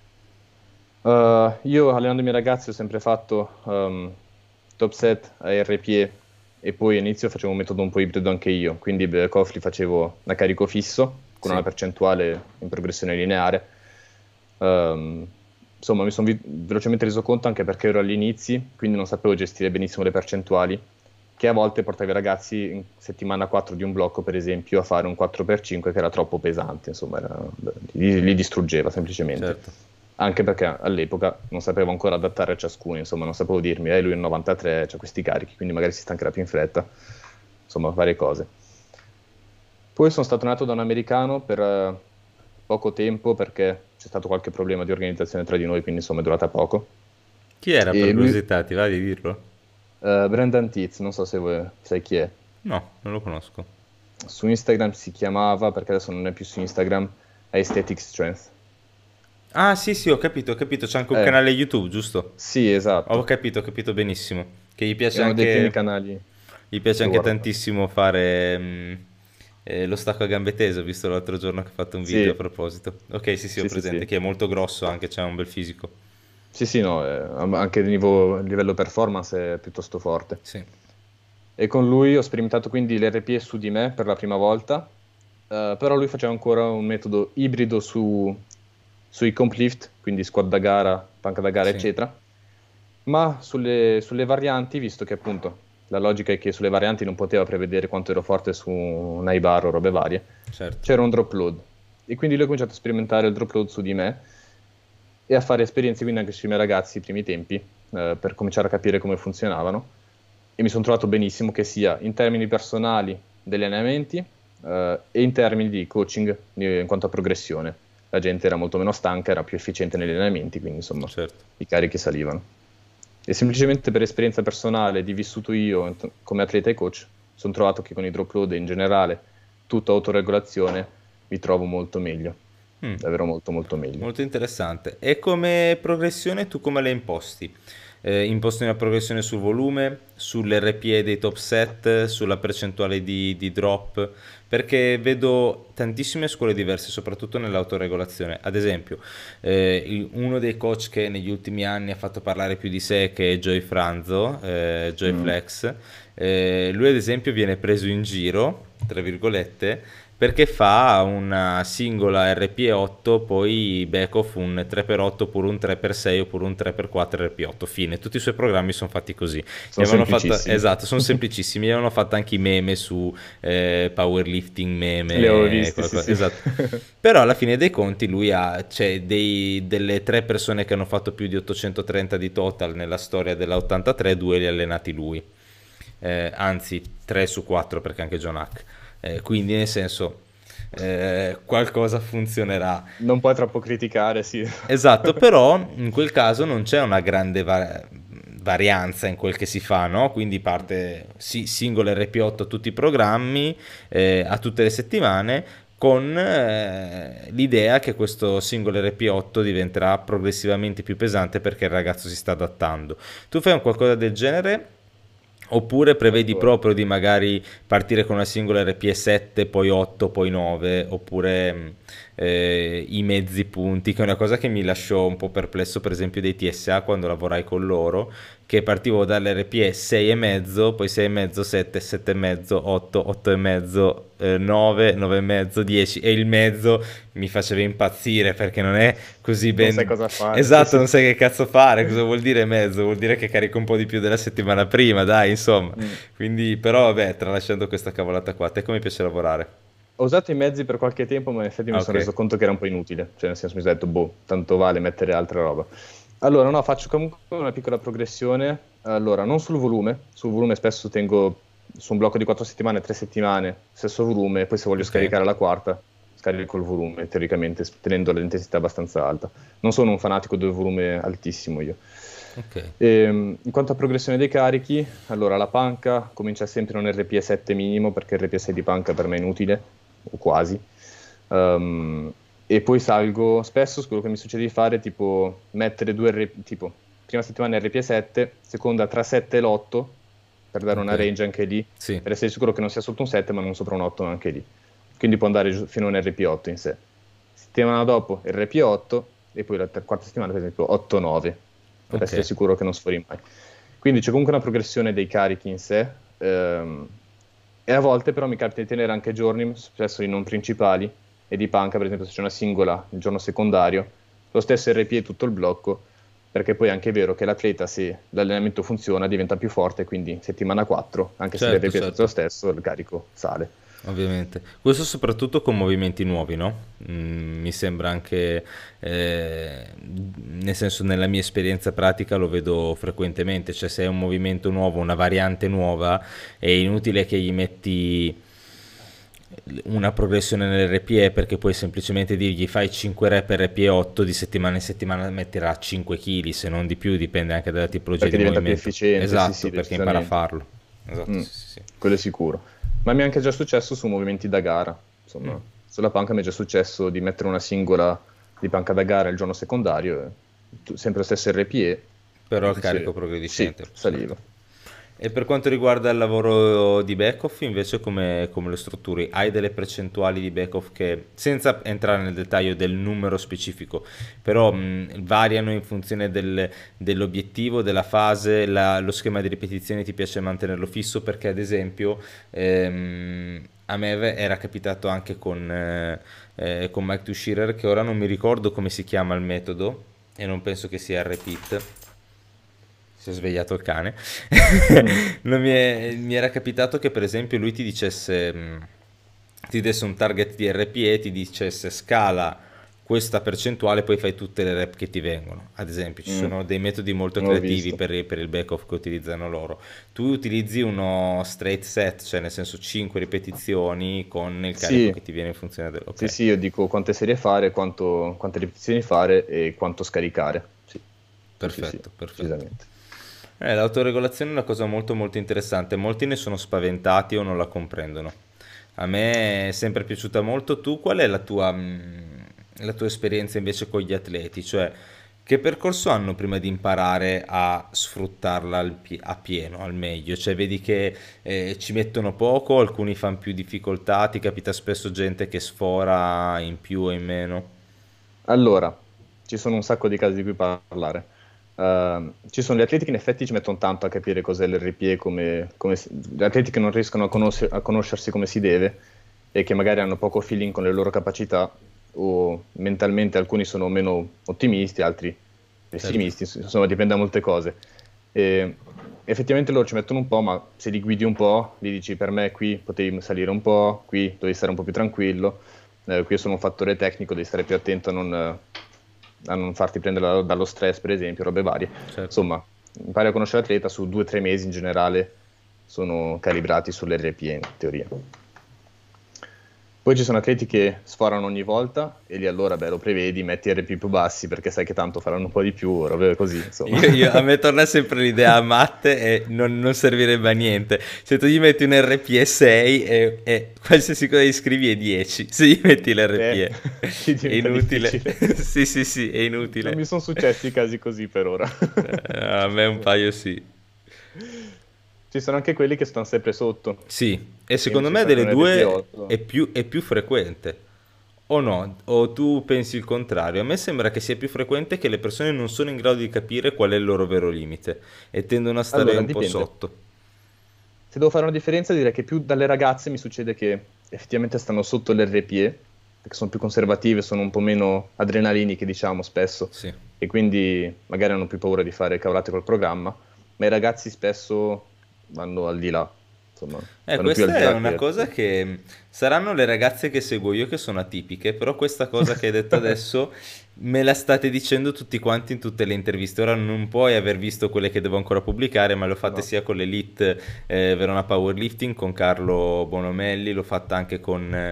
Uh, io allenando i miei ragazzi ho sempre fatto um, top set a R P E e poi all'inizio facevo un metodo un po' ibrido anche io, quindi back off li facevo a carico fisso con Sì. una percentuale in progressione lineare. Um, insomma, mi sono vi- velocemente reso conto anche perché ero agli inizi, quindi non sapevo gestire benissimo le percentuali, che a volte portava i ragazzi in settimana quattro di un blocco, per esempio, a fare un quattro per cinque che era troppo pesante, insomma, era- li, li distruggeva semplicemente. Certo. Anche perché all'epoca non sapevo ancora adattare a ciascuno, insomma, non sapevo dirmi, eh, lui è un novantatré, c'ha questi carichi, quindi magari si stancherà più in fretta, insomma, varie cose. Poi sono stato nato da un americano per eh, poco tempo perché c'è stato qualche problema di organizzazione tra di noi, quindi insomma è durata poco. Chi era per E lui, curiosità, ti va di dirlo? eh, Brendan Teets, non so se vuoi- sai chi è. No, non lo conosco. Su Instagram si chiamava, perché adesso non è più su Instagram, Aesthetic Strength. Ah, sì, sì, ho capito, ho capito, c'è anche un Eh, canale YouTube, giusto? sì, Ho esatto. capito, ho capito benissimo. Che gli piace È uno dei primi anche, canali gli piace che ho anche guardato. tantissimo fare mm, eh, lo stacco a gambe tese, ho visto l'altro giorno che ha fatto un video a Sì, proposito. Ok, sì, sì, ho sì, sì, presente, sì. che è molto grosso anche, c'ha un bel fisico. Sì, sì, no, eh, anche a livello, a livello performance è piuttosto forte. Sì, E con lui ho sperimentato quindi l'R P E su di me per la prima volta, eh, però lui faceva ancora un metodo ibrido su, sui comp lift, quindi squat da gara, panca da gara, sì, eccetera, ma sulle, sulle varianti, visto che appunto la logica è che sulle varianti non poteva prevedere quanto ero forte su un high bar o robe varie, certo. c'era un drop load. E quindi lui ha cominciato a sperimentare il drop load su di me e a fare esperienze quindi anche sui miei ragazzi i primi tempi, eh, per cominciare a capire come funzionavano. E mi sono trovato benissimo che sia in termini personali degli allenamenti eh, e in termini di coaching di- in quanto a progressione. La gente era molto meno stanca, era più efficiente negli allenamenti, quindi insomma Certo. i carichi salivano. E semplicemente per esperienza personale di vissuto io int- come atleta e coach, sono trovato che con i drop load e in generale tutta autoregolazione mi trovo molto meglio, Mm. davvero molto molto meglio. Molto interessante. E come progressione tu come le imposti? Eh, imposti una progressione sul volume, sull'R P E dei top set, sulla percentuale di, di drop? Perché vedo tantissime scuole diverse, soprattutto nell'autoregolazione. Ad esempio, eh, il- uno dei coach che negli ultimi anni ha fatto parlare più di sé, che è Joy Franzo, eh, Joy Mm. Flex, eh, lui ad esempio viene preso in giro, tra virgolette, perché fa una singola R P E otto, poi back off un tre per otto oppure un tre per sei oppure un tre per quattro R P E otto. Fine. Tutti i suoi programmi sono fatti così. Gli Sono avevano fatto, semplicissimi. esatto, sono semplicissimi. Gli avevano fatto anche i meme su eh, powerlifting Li avevo meme, visti, sì, qualcosa, sì. esatto. Però alla fine dei conti lui ha, c'è dei, delle tre persone che hanno fatto più di ottocentotrenta di total nella storia della ottantatré, due li ha allenati lui. Eh, anzi, tre su quattro perché anche John Hack. Eh, quindi nel senso eh, qualcosa funzionerà. Non puoi troppo criticare, sì. Esatto, però in quel caso non c'è una grande va- varianza in quel che si fa, no? Quindi parte sì, singolo R P otto a tutti i programmi, eh, a tutte le settimane, con eh, l'idea che questo singolo R P otto diventerà progressivamente più pesante perché il ragazzo si sta adattando. Tu fai un qualcosa del genere? Oppure prevedi Allora, proprio di magari partire con una singola R P E sette, poi otto, poi nove, oppure mh, eh, i mezzi punti, che è una cosa che mi lasciò un po' perplesso, per esempio, dei T S A quando lavorai con loro, che partivo dall'R P E sei e mezzo, poi sei e mezzo, sette, sette e mezzo, otto, otto e mezzo, eh, nove, nove e mezzo, dieci e il mezzo mi faceva impazzire perché non è così Non sai ben... cosa fare. Sì, Esatto, sì. non sai che cazzo fare, cosa vuol dire mezzo? Vuol dire che carico un po' di più della settimana prima, dai, insomma. Mm. Quindi, però, vabbè, tralasciando questa cavolata qua, a te come piace lavorare? Ho usato i mezzi per qualche tempo, ma in effetti Ah, mi sono ok. reso conto che era un po' inutile. Cioè, nel senso, mi sono detto, boh, tanto vale mettere altra roba. Allora, no, faccio comunque una piccola progressione. Allora, non sul volume. Sul volume spesso tengo su un blocco di quattro settimane, tre settimane, stesso volume. Poi se voglio Ok, scaricare la quarta, scarico il volume, teoricamente, tenendo l'intensità abbastanza alta. Non sono un fanatico del volume altissimo io. ok, Ehm, in quanto a progressione dei carichi, allora la panca comincia sempre in un R P E sette minimo perché il R P E sei di panca per me è inutile, o quasi. Ehm, e poi salgo spesso, quello che mi succede di fare, tipo mettere due R P E, tipo prima settimana R P E sette, seconda tra sette e l'otto, per dare una ok. range anche lì, Sì, per essere sicuro che non sia sotto un sette ma non sopra un otto anche lì. Quindi può andare giù fino a un R P E otto in sé. Settimana dopo R P E otto e poi la ter- quarta settimana per esempio otto nove, per ok. essere sicuro che non sfori mai. Quindi c'è comunque una progressione dei carichi in sé, ehm, e a volte però mi capita di tenere anche giorni, spesso i non principali, e di panca, per esempio se c'è una singola il giorno secondario, lo stesso R P E tutto il blocco, perché poi è anche vero che l'atleta, se l'allenamento funziona, diventa più forte, quindi settimana quattro, anche se Certo, l'R P è tutto lo certo. stesso, il carico sale. Ovviamente. Questo soprattutto con movimenti nuovi, no? Mm, mi sembra anche, eh, nel senso, nella mia esperienza pratica lo vedo frequentemente, cioè se è un movimento nuovo, una variante nuova, è inutile che gli metti una progressione nell'R P E perché puoi semplicemente dirgli fai cinque rep R P E otto, di settimana in settimana metterà cinque chili, se non di più, dipende anche dalla tipologia Perché di diventa più movimento. efficiente, sì, Esatto, sì, perché impara a decisamente. farlo. Esatto, Mm, sì, sì, sì. quello è sicuro. Ma mi è anche già successo su movimenti da gara. Mm. Insomma, sulla panca mi è già successo di mettere una singola di panca da gara il giorno secondario, e tu- sempre lo stesso R P E, Però il dice, carico sì, progrediscente, saliva. certo. E per quanto riguarda il lavoro di back-off, invece come, come lo strutturi? Hai delle percentuali di back-off che, senza entrare nel dettaglio del numero specifico, però mh, variano in funzione del- dell'obiettivo, della fase, la- lo schema di ripetizioni ti piace mantenerlo fisso? Perché ad esempio ehm, a me ave- era capitato anche con, eh, eh, con Mike Tushirer, che ora non mi ricordo come si chiama il metodo, e non penso che sia il repeat. Si è svegliato il cane. Mm. Non mi, è- mi era capitato che per esempio lui ti dicesse, mh, ti desse un target di R P E, ti dicesse scala questa percentuale, poi fai tutte le rep che ti vengono. Ad esempio, ci Mm, sono dei metodi molto l'ho creativi visto. per, per il back-off che utilizzano loro. Tu utilizzi uno straight set, cioè nel senso cinque ripetizioni con il carico Sì, che ti viene in funzione del... sì, Ok. sì, io dico quante serie fare, quanto- quante ripetizioni fare e quanto scaricare. Sì, sì, sì, sì, Perfetto, perfetto. decisamente. Eh, l'autoregolazione è una cosa molto molto interessante, molti ne sono spaventati o non la comprendono. A me è sempre piaciuta molto. Tu qual è la tua, mh, la tua esperienza invece con gli atleti? Cioè, che percorso hanno prima di imparare a sfruttarla al pi- a pieno, al meglio? Cioè, vedi che eh, ci mettono poco, alcuni fanno più difficoltà, ti capita spesso gente che sfora in più e in meno? Allora, ci sono un sacco di casi di cui parlare. Ehm, ci sono gli atleti che in effetti ci mettono tanto a capire cos'è l'R P E, come, come si- gli atleti che non riescono a, conosce- a conoscersi come si deve e che magari hanno poco feeling con le loro capacità o mentalmente alcuni sono meno ottimisti, altri Certo. pessimisti, insomma dipende da molte cose. E effettivamente loro ci mettono un po', ma se li guidi un po', gli dici per me qui potevi salire un po', qui devi stare un po' più tranquillo, eh, qui è solo un fattore tecnico, devi stare più attento a non, eh, a non farti prendere da- dallo stress, per esempio, robe varie. Certo. Insomma, impari a conoscere l'atleta su due o tre mesi in generale, sono calibrati sull'R P E in teoria. Poi ci sono atleti che sforano ogni volta e lì allora beh, lo prevedi, metti R P più bassi perché sai che tanto faranno un po' di più, robe così, insomma. Io, io- a me torna sempre l'idea a matte e non, non servirebbe a niente. Se tu gli metti un R P E sei e, e qualsiasi cosa gli scrivi è dieci, se gli metti Eh, l'R P E lì è diventa inutile. difficile. Sì, sì, sì, è Non mi inutile. sono successi casi così per ora. Eh, a me un paio sì. Ci sono anche quelli che stanno sempre sotto, Sì, e che secondo invece me serve delle un due R P otto. è più, è più frequente. O no? O tu pensi il contrario? A me sembra che sia più frequente che le persone non sono in grado di capire qual è il loro vero limite e tendono a stare Allora, un po' dipende. sotto. Se devo fare una differenza, direi che più dalle ragazze mi succede che effettivamente stanno sotto l'R P E, perché sono più conservative, sono un po' meno adrenaliniche, diciamo, spesso, Sì. e quindi magari hanno più paura di fare cavolate col programma, ma i ragazzi spesso vanno al di là, insomma, Eh, vanno più al questa di è là una che... cosa che mh, saranno le ragazze che seguo io che sono atipiche, però questa cosa che hai detto adesso me la state dicendo tutti quanti in tutte le interviste. Ora non puoi aver visto quelle che devo ancora pubblicare, ma l'ho fatte No. sia con l'Elite eh, Verona Powerlifting, con Carlo Bonomelli, l'ho fatta anche con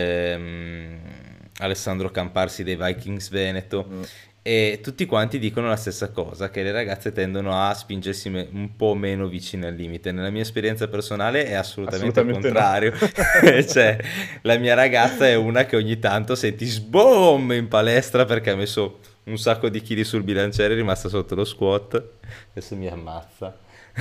ehm, Alessandro Camparsi dei Vikings Veneto. Mm, E tutti quanti dicono la stessa cosa, che le ragazze tendono a spingersi me- un po' meno vicine al limite. Nella mia esperienza personale è assolutamente il assolutamente no. contrario. Cioè, la mia ragazza è una che ogni tanto senti sboom in palestra perché ha messo un sacco di chili sul bilanciere, è rimasta sotto lo squat. Adesso mi ammazza.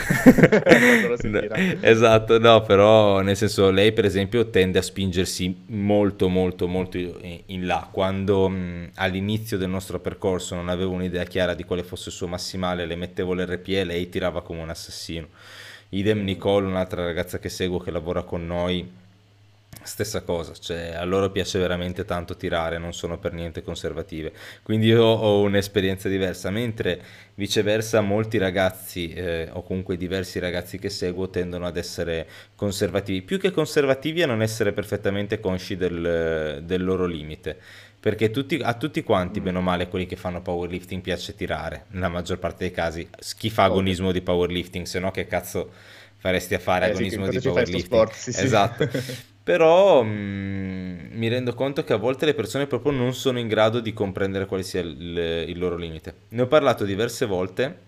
Quando lo No, sentirà. esatto, no, però nel senso lei per esempio tende a spingersi molto molto molto in in là. Quando mh, all'inizio del nostro percorso non avevo un'idea chiara di quale fosse il suo massimale, le mettevo l'R P E, lei tirava come un assassino. Idem Nicole, un'altra ragazza che seguo che lavora con noi, stessa cosa, cioè a loro piace veramente tanto tirare, non sono per niente conservative. Quindi io ho un'esperienza diversa, mentre viceversa molti ragazzi, eh, o comunque diversi ragazzi che seguo, tendono ad essere conservativi. Più che conservativi a non essere perfettamente consci del, del loro limite. Perché tutti, a tutti quanti, Mm, bene o male, quelli che fanno powerlifting piace tirare, nella maggior parte dei casi. Chi fa ovvio. agonismo di powerlifting, se no che cazzo faresti a fare Eh sì, che agonismo di cosa ci fai sto powerlifting? sport? Sì, sì. Esatto. Però mh, mi rendo conto che a volte le persone proprio non sono in grado di comprendere quale sia il, il loro limite. Ne ho parlato diverse volte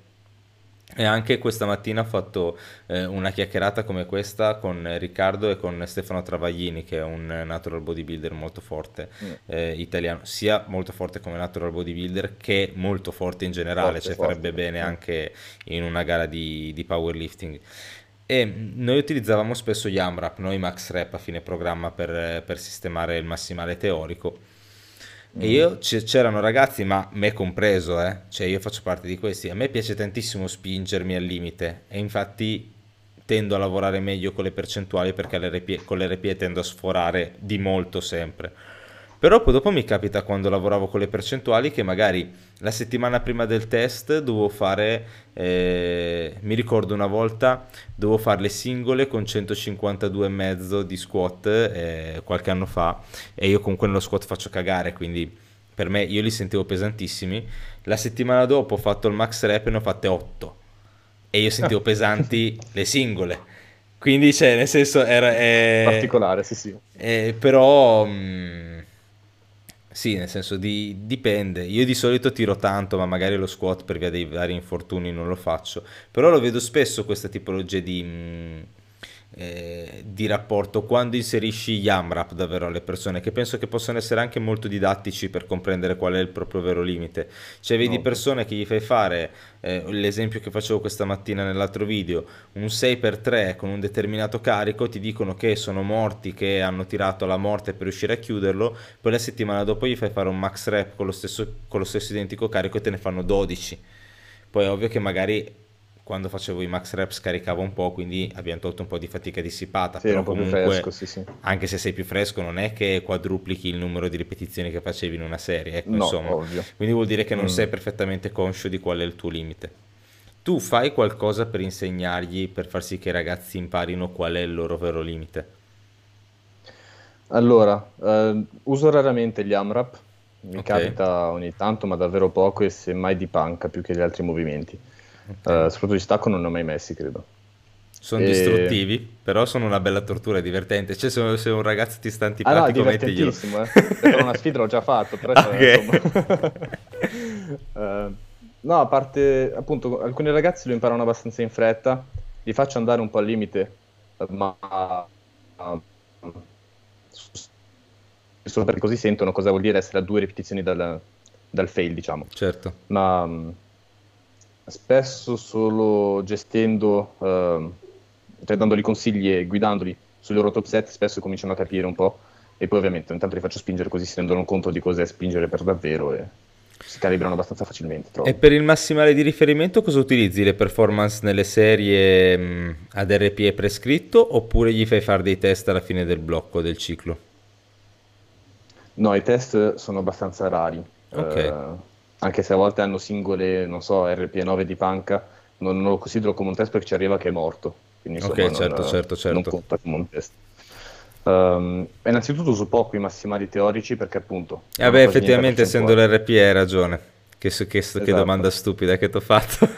e anche questa mattina ho fatto eh, una chiacchierata come questa con Riccardo e con Stefano Travaglini, che è un natural bodybuilder molto forte Mm, eh, italiano, sia molto forte come natural bodybuilder che molto forte in generale, forte, cioè farebbe forte. bene Mm. anche in una gara di, di powerlifting. E noi utilizzavamo spesso gli AMRAP, noi Max Rep a fine programma per, per sistemare il massimale teorico. E Mm. io c- c'erano ragazzi, ma me compreso, eh, cioè io faccio parte di questi. A me piace tantissimo spingermi al limite e infatti tendo a lavorare meglio con le percentuali perché l'R P con l'R P E tendo a sforare di molto sempre. Però poi dopo mi capita quando lavoravo con le percentuali che magari la settimana prima del test dovevo fare, eh, mi ricordo una volta, dovevo fare le singole con centocinquantadue e mezzo di squat eh, qualche anno fa e io comunque nello squat faccio cagare, quindi per me io li sentivo pesantissimi. La settimana dopo ho fatto il max rep e ne ho fatte otto e io Ah. sentivo pesanti le singole. Quindi, cioè, nel senso, era, eh, Particolare, sì, sì. eh, però, mh, sì, nel senso, di- dipende. Io di solito tiro tanto, ma magari lo squat per via dei vari infortuni non lo faccio. Però lo vedo spesso questa tipologia di, mh, eh, di rapporto quando inserisci gli AMRAP davvero alle persone, che penso che possano essere anche molto didattici per comprendere qual è il proprio vero limite. Cioè, vedi Molto. persone che gli fai fare, eh, l'esempio che facevo questa mattina nell'altro video, un sei per tre con un determinato carico, ti dicono che sono morti, che hanno tirato alla morte per riuscire a chiuderlo, poi la settimana dopo gli fai fare un max rep con lo stesso, con lo stesso identico carico e te ne fanno dodici. Poi è ovvio che magari quando facevo i max rep scaricavo un po', quindi abbiamo tolto un po' di fatica dissipata, Sì, era però un po' più fresco, comunque sì, sì. anche se sei più fresco non è che quadruplichi il numero di ripetizioni che facevi in una serie, ecco, No, insomma. ovvio. Quindi vuol dire che non Mm. sei perfettamente conscio di qual è il tuo limite. Tu fai qualcosa per insegnargli, per far sì che i ragazzi imparino qual è il loro vero limite? Allora, eh, uso raramente gli AMRAP, mi Ok, capita ogni tanto, ma davvero poco e semmai di panca più che gli altri movimenti. ok. Eh, soprattutto di stacco non ne ho mai messi, credo. Sono E... distruttivi, però sono una bella tortura, è divertente. Cioè, se, se un ragazzo ti sta Ah no, è antipatico, mettiglielo. divertentissimo, eh. Per una sfida l'ho già fatto, però eh, insomma... Ok. Eh, no, a parte, appunto, alcuni ragazzi lo imparano abbastanza in fretta, li faccio andare un po' al limite, ma solo perché così sentono cosa vuol dire essere a due ripetizioni dal, dal fail, diciamo. Certo, Ma mh, spesso solo gestendo, ehm, cioè dandogli consigli e guidandoli sui loro top set, spesso cominciano a capire un po', e poi ovviamente intanto li faccio spingere così si rendono conto di cos'è spingere per davvero. E... si calibrano abbastanza facilmente, E trovo. per il massimale di riferimento cosa utilizzi? Le performance nelle serie mh, ad R P E prescritto oppure gli fai fare dei test alla fine del blocco del ciclo? No, i test sono abbastanza rari, Ok, eh, anche se a volte hanno singole, non so, R P E nove di panca, non, non lo considero come un test perché ci arriva che è morto, quindi ok, insomma certo, non, certo, non certo. conta come un test. Ehm, innanzitutto uso poco i massimali teorici perché appunto E non ho vabbè, quasi niente a effettivamente essendo percentuale. l'R P E hai ragione. Che, s- che, s- che Esatto. domanda stupida che ti ho fatto.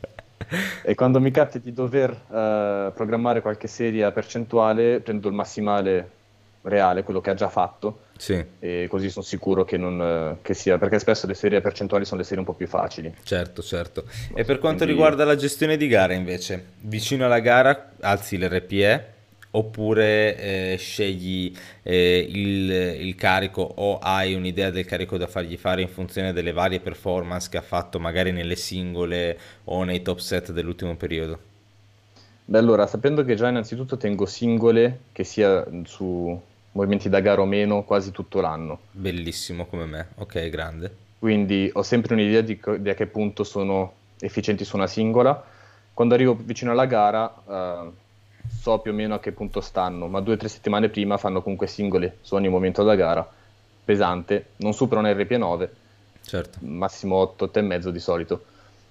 E quando mi capita di dover eh, programmare qualche serie a percentuale, prendo il massimale reale, quello che ha già fatto, Sì, e così sono sicuro che, non, eh, che sia, perché spesso le serie a percentuali sono le serie un po' più facili. certo, certo. Non E so, per quanto quindi riguarda la gestione di gara invece, vicino alla gara alzi l'R P E oppure eh, scegli eh, il, il carico o hai un'idea del carico da fargli fare in funzione delle varie performance che ha fatto magari nelle singole o nei top set dell'ultimo periodo? beh, allora, sapendo che già innanzitutto tengo singole, che sia su movimenti da gara o meno, quasi tutto l'anno. Bellissimo come me, ok, grande. Quindi ho sempre un'idea di, co- di a che punto sono efficienti su una singola. Quando arrivo vicino alla gara, eh, so più o meno a che punto stanno, ma due o tre settimane prima fanno comunque singole su ogni momento della gara, pesante, non superano R P E nove, Certo. massimo otto, otto e mezzo di solito,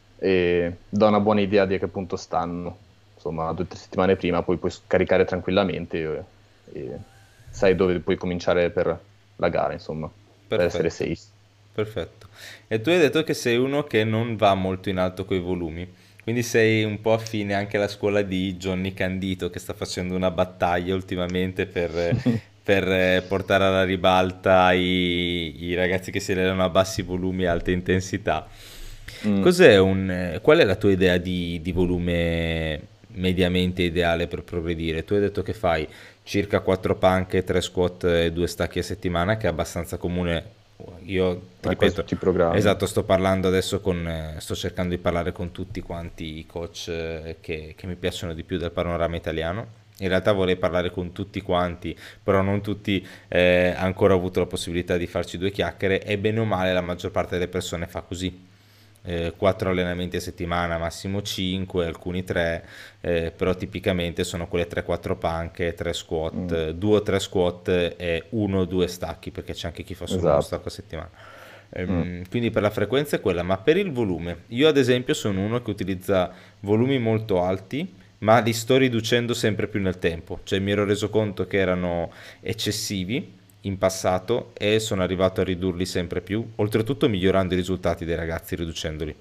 e do una buona idea di a che punto stanno. Insomma, due o tre settimane prima poi puoi scaricare tranquillamente e, e sai dove puoi cominciare per la gara, insomma, per essere Perfetto, safe. perfetto. E tu hai detto che sei uno che non va molto in alto coi volumi, quindi sei un po' affine anche alla scuola di Johnny Candito che sta facendo una battaglia ultimamente per, per, eh, portare alla ribalta i, i ragazzi che si allenano a bassi volumi e alte intensità. Mm. Cos'è un, eh, qual è la tua idea di, di volume mediamente ideale per progredire? Tu hai detto che fai circa quattro panche, tre squat e due stacchi a settimana, che è abbastanza comune. Io ti Ma quasi ripeto, tutti i programmi. esatto, sto parlando adesso con, eh, sto cercando di parlare con tutti quanti i coach eh, che, che mi piacciono di più del panorama italiano. In realtà vorrei parlare con tutti quanti, però non tutti eh, hanno ancora avuto la possibilità di farci due chiacchiere e bene o male la maggior parte delle persone fa così. Eh, quattro allenamenti a settimana, massimo cinque, alcuni tre, eh, però tipicamente sono quelle tre quattro panche, tre Mm, squat, due o tre squat e uno o due stacchi, perché c'è anche chi fa solo uno esatto. stacco a settimana. Mm, Ehm, quindi per la frequenza è quella, ma per il volume, io ad esempio sono uno che utilizza volumi molto alti, ma li sto riducendo sempre più nel tempo, cioè mi ero reso conto che erano eccessivi in passato e sono arrivato a ridurli sempre più, oltretutto migliorando i risultati dei ragazzi riducendoli.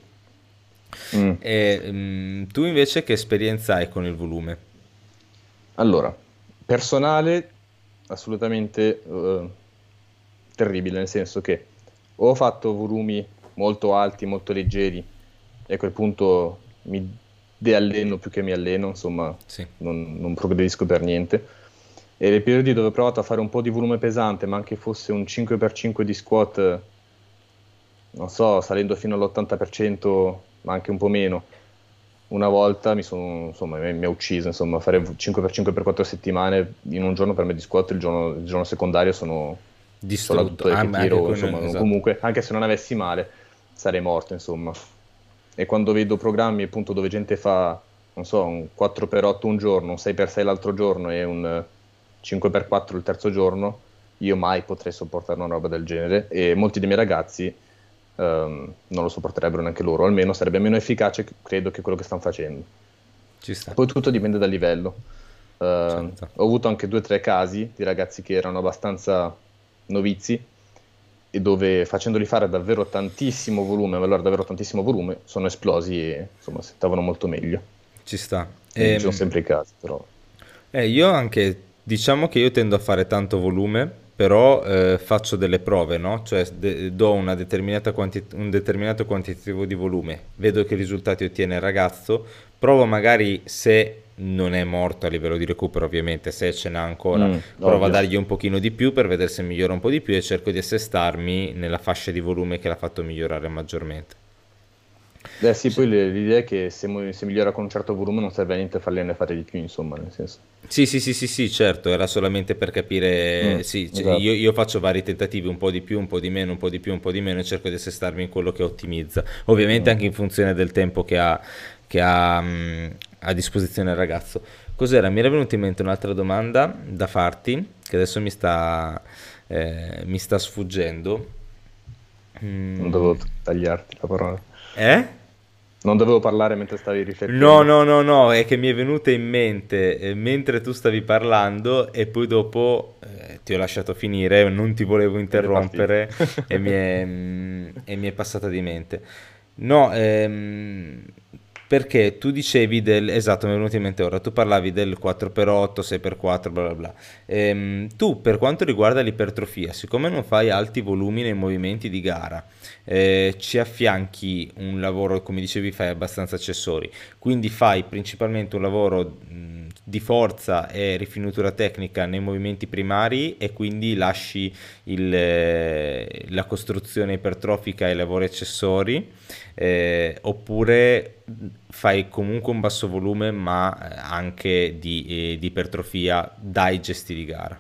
mm. E, mm, tu invece che esperienza hai con il volume? Allora, personale, assolutamente eh, terribile, nel senso che o ho fatto volumi molto alti, molto leggeri, e a quel punto mi dealleno più che mi alleno, insomma, Sì, non, non progredisco per niente. E nei periodi dove ho provato a fare un po' di volume pesante, ma anche fosse un cinque per cinque di squat, non so, salendo fino all'ottanta per cento, ma anche un po' meno, una volta mi sono, insomma, mi, mi ha ucciso, insomma, fare cinque per cinque per quattro settimane in un giorno per me di squat, il giorno, il giorno secondario sono, sono distrutto, l'adduttore ah, che ma anche tiro, con... insomma, non- Esatto, comunque, anche se non avessi male, sarei morto, insomma. E quando vedo programmi, appunto, dove gente fa, non so, un quattro per otto un giorno, un sei per sei l'altro giorno e un cinque per quattro il terzo giorno, io mai potrei sopportare una roba del genere e molti dei miei ragazzi ehm, non lo sopporterebbero neanche loro, almeno sarebbe meno efficace, credo, che quello che stanno facendo. ci sta, Poi tutto dipende dal livello. Eh, certo. ho avuto anche due o tre casi di ragazzi che erano abbastanza novizi e dove facendoli fare davvero tantissimo volume, ma allora davvero tantissimo volume, sono esplosi e insomma stavano molto meglio. Ci sta. Quindi ci sono Ehm, sempre i casi, però. Eh, io anche, diciamo che io tendo a fare tanto volume, però eh, faccio delle prove, no? Cioè de- do una determinata quanti- un determinato quantitativo di volume, vedo che risultati ottiene il ragazzo, provo magari se non è morto a livello di recupero, ovviamente, se ce n'ha ancora, Mm, provo a ovvio. dargli un pochino di più per vedere se migliora un po' di più e cerco di assestarmi nella fascia di volume che l'ha fatto migliorare maggiormente. Eh sì, Cioè, poi le- l'idea è che se, mu- se migliora con un certo volume non serve a niente fargliene fare di più, insomma, nel senso. sì, sì, sì, sì, sì, certo, era solamente per capire, Mm, sì, cioè, io, esatto. io faccio vari tentativi, un po' di più, un po' di meno, un po' di più, un po' di meno e cerco di assestarmi in quello che ottimizza, ovviamente Mm. anche in funzione del tempo che ha, che ha mh, a disposizione il ragazzo. Cos'era? Mi era venuta in mente un'altra domanda da farti, che adesso mi sta, eh, mi sta sfuggendo. Non Mm, dovevo tagliarti la parola. eh? Non dovevo parlare mentre stavi No, riflettendo. no, no, no, è che mi è venuta in mente eh, mentre tu stavi parlando e poi dopo eh, ti ho lasciato finire, non ti volevo Ed è partito. interrompere e mi è, mm, e mi è passata di mente. No, ehm, perché tu dicevi del... Esatto, mi è venuto in mente ora, tu parlavi del quattro per otto, sei per quattro, bla bla bla. Ehm, tu per quanto riguarda l'ipertrofia, siccome non fai alti volumi nei movimenti di gara, eh, ci affianchi un lavoro, come dicevi, fai abbastanza accessori, quindi fai principalmente un lavoro mh, di forza e rifinitura tecnica nei movimenti primari e quindi lasci il, eh, la costruzione ipertrofica ai lavori accessori, eh, oppure fai comunque un basso volume ma eh, anche di, eh, di ipertrofia dai gesti di gara.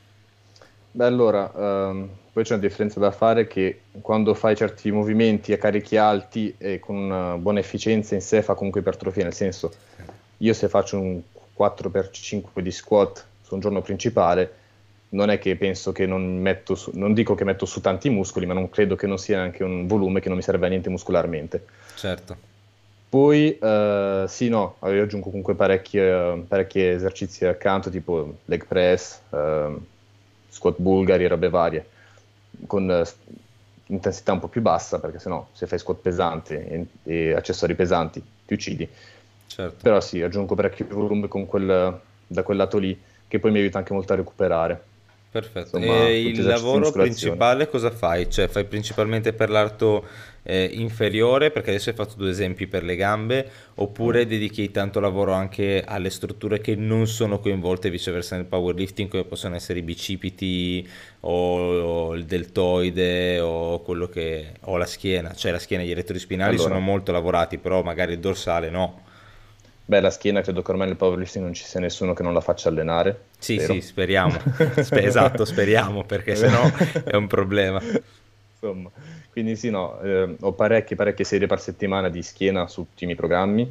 Beh, allora, ehm, poi c'è una differenza da fare che quando fai certi movimenti a carichi alti e con una buona efficienza in sé fa comunque ipertrofia, nel senso, io se faccio un quattro per cinque di squat su un giorno principale, non è che penso che non metto su, non dico che metto su tanti muscoli, ma non credo che non sia anche un volume che non mi serve a niente muscolarmente. Certo, Poi, eh, sì, no, io aggiungo comunque parecchi, eh, parecchi esercizi accanto, tipo leg press, ehm, squat bulgari e robe varie, con eh, intensità un po' più bassa, perché sennò se fai squat pesanti e, e accessori pesanti ti uccidi. certo. Però sì, aggiungo parecchio volume con quel, da quel lato lì, che poi mi aiuta anche molto a recuperare. Perfetto. Insomma, E tutti il esercizi di lavoro muscolazione. principale cosa fai? Cioè, fai principalmente per l'arto eh, inferiore, perché adesso hai fatto due esempi per le gambe, Mm. oppure dedichi tanto lavoro anche alle strutture che non sono coinvolte viceversa nel powerlifting, come possono essere i bicipiti o, o il deltoide o quello che o la schiena. Cioè, la schiena e gli erettori spinali sono Allora, molto lavorati, però magari il dorsale no. beh, la schiena credo che ormai nel powerlifting non ci sia nessuno che non la faccia allenare, Sì, sì, spero. speriamo. Spe- esatto, speriamo, perché sennò è un problema. Insomma, quindi sì, no, eh, ho parecchie, parecchie serie per settimana di schiena su tutti i miei programmi.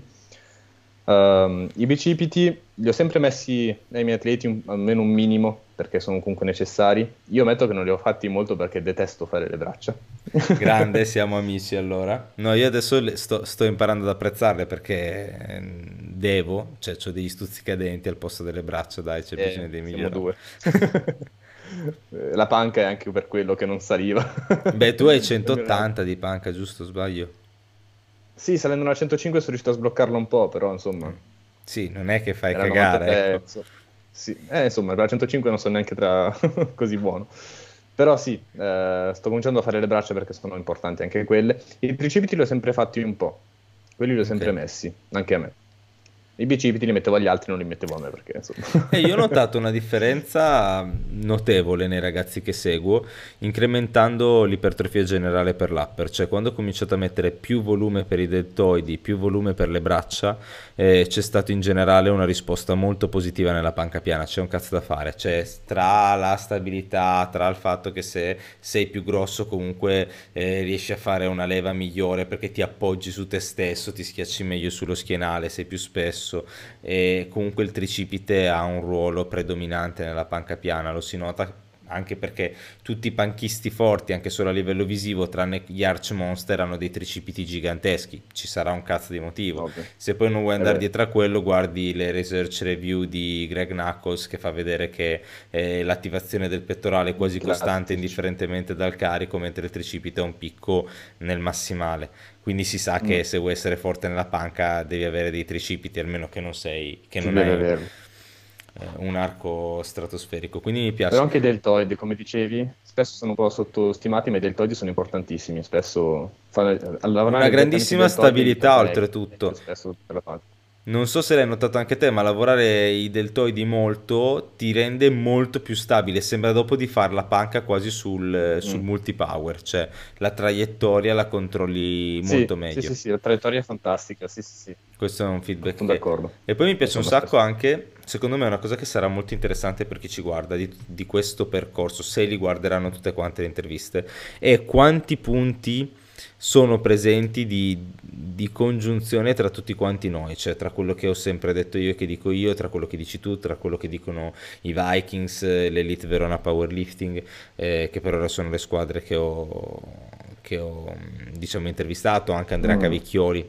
Ehm, i bicipiti li ho sempre messi nei miei atleti un- almeno un minimo, perché sono comunque necessari. Io ammetto che non li ho fatti molto perché detesto fare le braccia. Grande, siamo amici allora. No, io adesso le- sto, sto imparando ad apprezzarle perché ehm, devo, cioè ho degli stuzzicadenti al posto delle braccia, dai, c'è bisogno Eh, di siamo migliorare. due. Eh, La panca è anche per quello che non saliva. Beh, tu hai Almeno una- centottanta di panca, giusto? o Sbaglio? Sì, salendo alla centocinque sono riuscito a sbloccarlo un po', però insomma, Sì, non è che fai era cagare, novantatré. ecco. so- Sì. Eh, insomma, per la centocinque non sono neanche tra così buono. Però sì, eh, sto cominciando a fare le braccia perché sono importanti anche quelle. I tricipiti li ho sempre fatti un po', quelli li ho Ok. sempre messi, anche a me. I bicipiti li mettevo agli altri, non li mettevo a me perché insomma. E io ho notato una differenza notevole nei ragazzi che seguo, incrementando l'ipertrofia generale per l'upper, cioè quando ho cominciato a mettere più volume per i deltoidi, più volume per le braccia, eh, c'è stato in generale una risposta molto positiva nella panca piana, c'è un cazzo da fare, cioè tra la stabilità, tra il fatto che se sei più grosso comunque eh, riesci a fare una leva migliore perché ti appoggi su te stesso, ti schiacci meglio sullo schienale, sei più spesso e comunque il tricipite ha un ruolo predominante nella panca piana, lo si nota anche perché tutti i panchisti forti, anche solo a livello visivo, tranne gli Arch Monster, hanno dei tricipiti giganteschi, ci sarà un cazzo di motivo. Ovvio. Se poi non vuoi Eh andare beh, dietro a quello, guardi le research review di Greg Knuckles che fa vedere che eh, l'attivazione del pettorale è quasi i costante classici. indifferentemente dal carico, mentre il tricipite ha un picco nel massimale. Quindi si sa che Mm, se vuoi essere forte nella panca devi avere dei tricipiti, almeno che non sei, che si non deve hai averlo. eh, un arco stratosferico. Quindi mi Però piace. anche i deltoidi, come dicevi, spesso sono un po' sottostimati, ma i deltoidi sono importantissimi. Spesso fare- Una lavorare direttamente i grandissima deltoidi aiuta stabilità parecchio oltretutto. spesso per la parte. Non so se l'hai notato anche te, ma lavorare i deltoidi molto ti rende molto più stabile. Sembra dopo di fare la panca quasi sul, sul Mm. multipower, cioè la traiettoria la controlli Sì, molto sì, meglio. sì, sì, la traiettoria è fantastica, sì, sì, sì, Questo è un feedback sono che... d'accordo. E poi mi Ne piace un sono sacco stesso. anche, secondo me è una cosa che sarà molto interessante per chi ci guarda di, di questo percorso, se li guarderanno tutte quante le interviste, è quanti punti sono presenti di, di congiunzione tra tutti quanti noi, cioè tra quello che ho sempre detto io e che dico io, tra quello che dici tu, tra quello che dicono i Vikings, eh, l'Elite Verona Powerlifting, eh, che per ora sono le squadre che ho, che ho diciamo intervistato, anche Andrea Mm. Cavicchioli,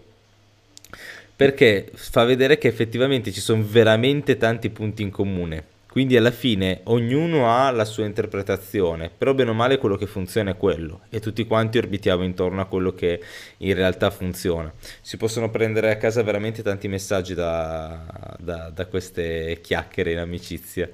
perché fa vedere che effettivamente ci sono veramente tanti punti in comune. Quindi alla fine ognuno ha la sua interpretazione, però bene o male quello che funziona è quello e tutti quanti orbitiamo intorno a quello che in realtà funziona. Si possono prendere a casa veramente tanti messaggi da, da- da queste chiacchiere in amicizia.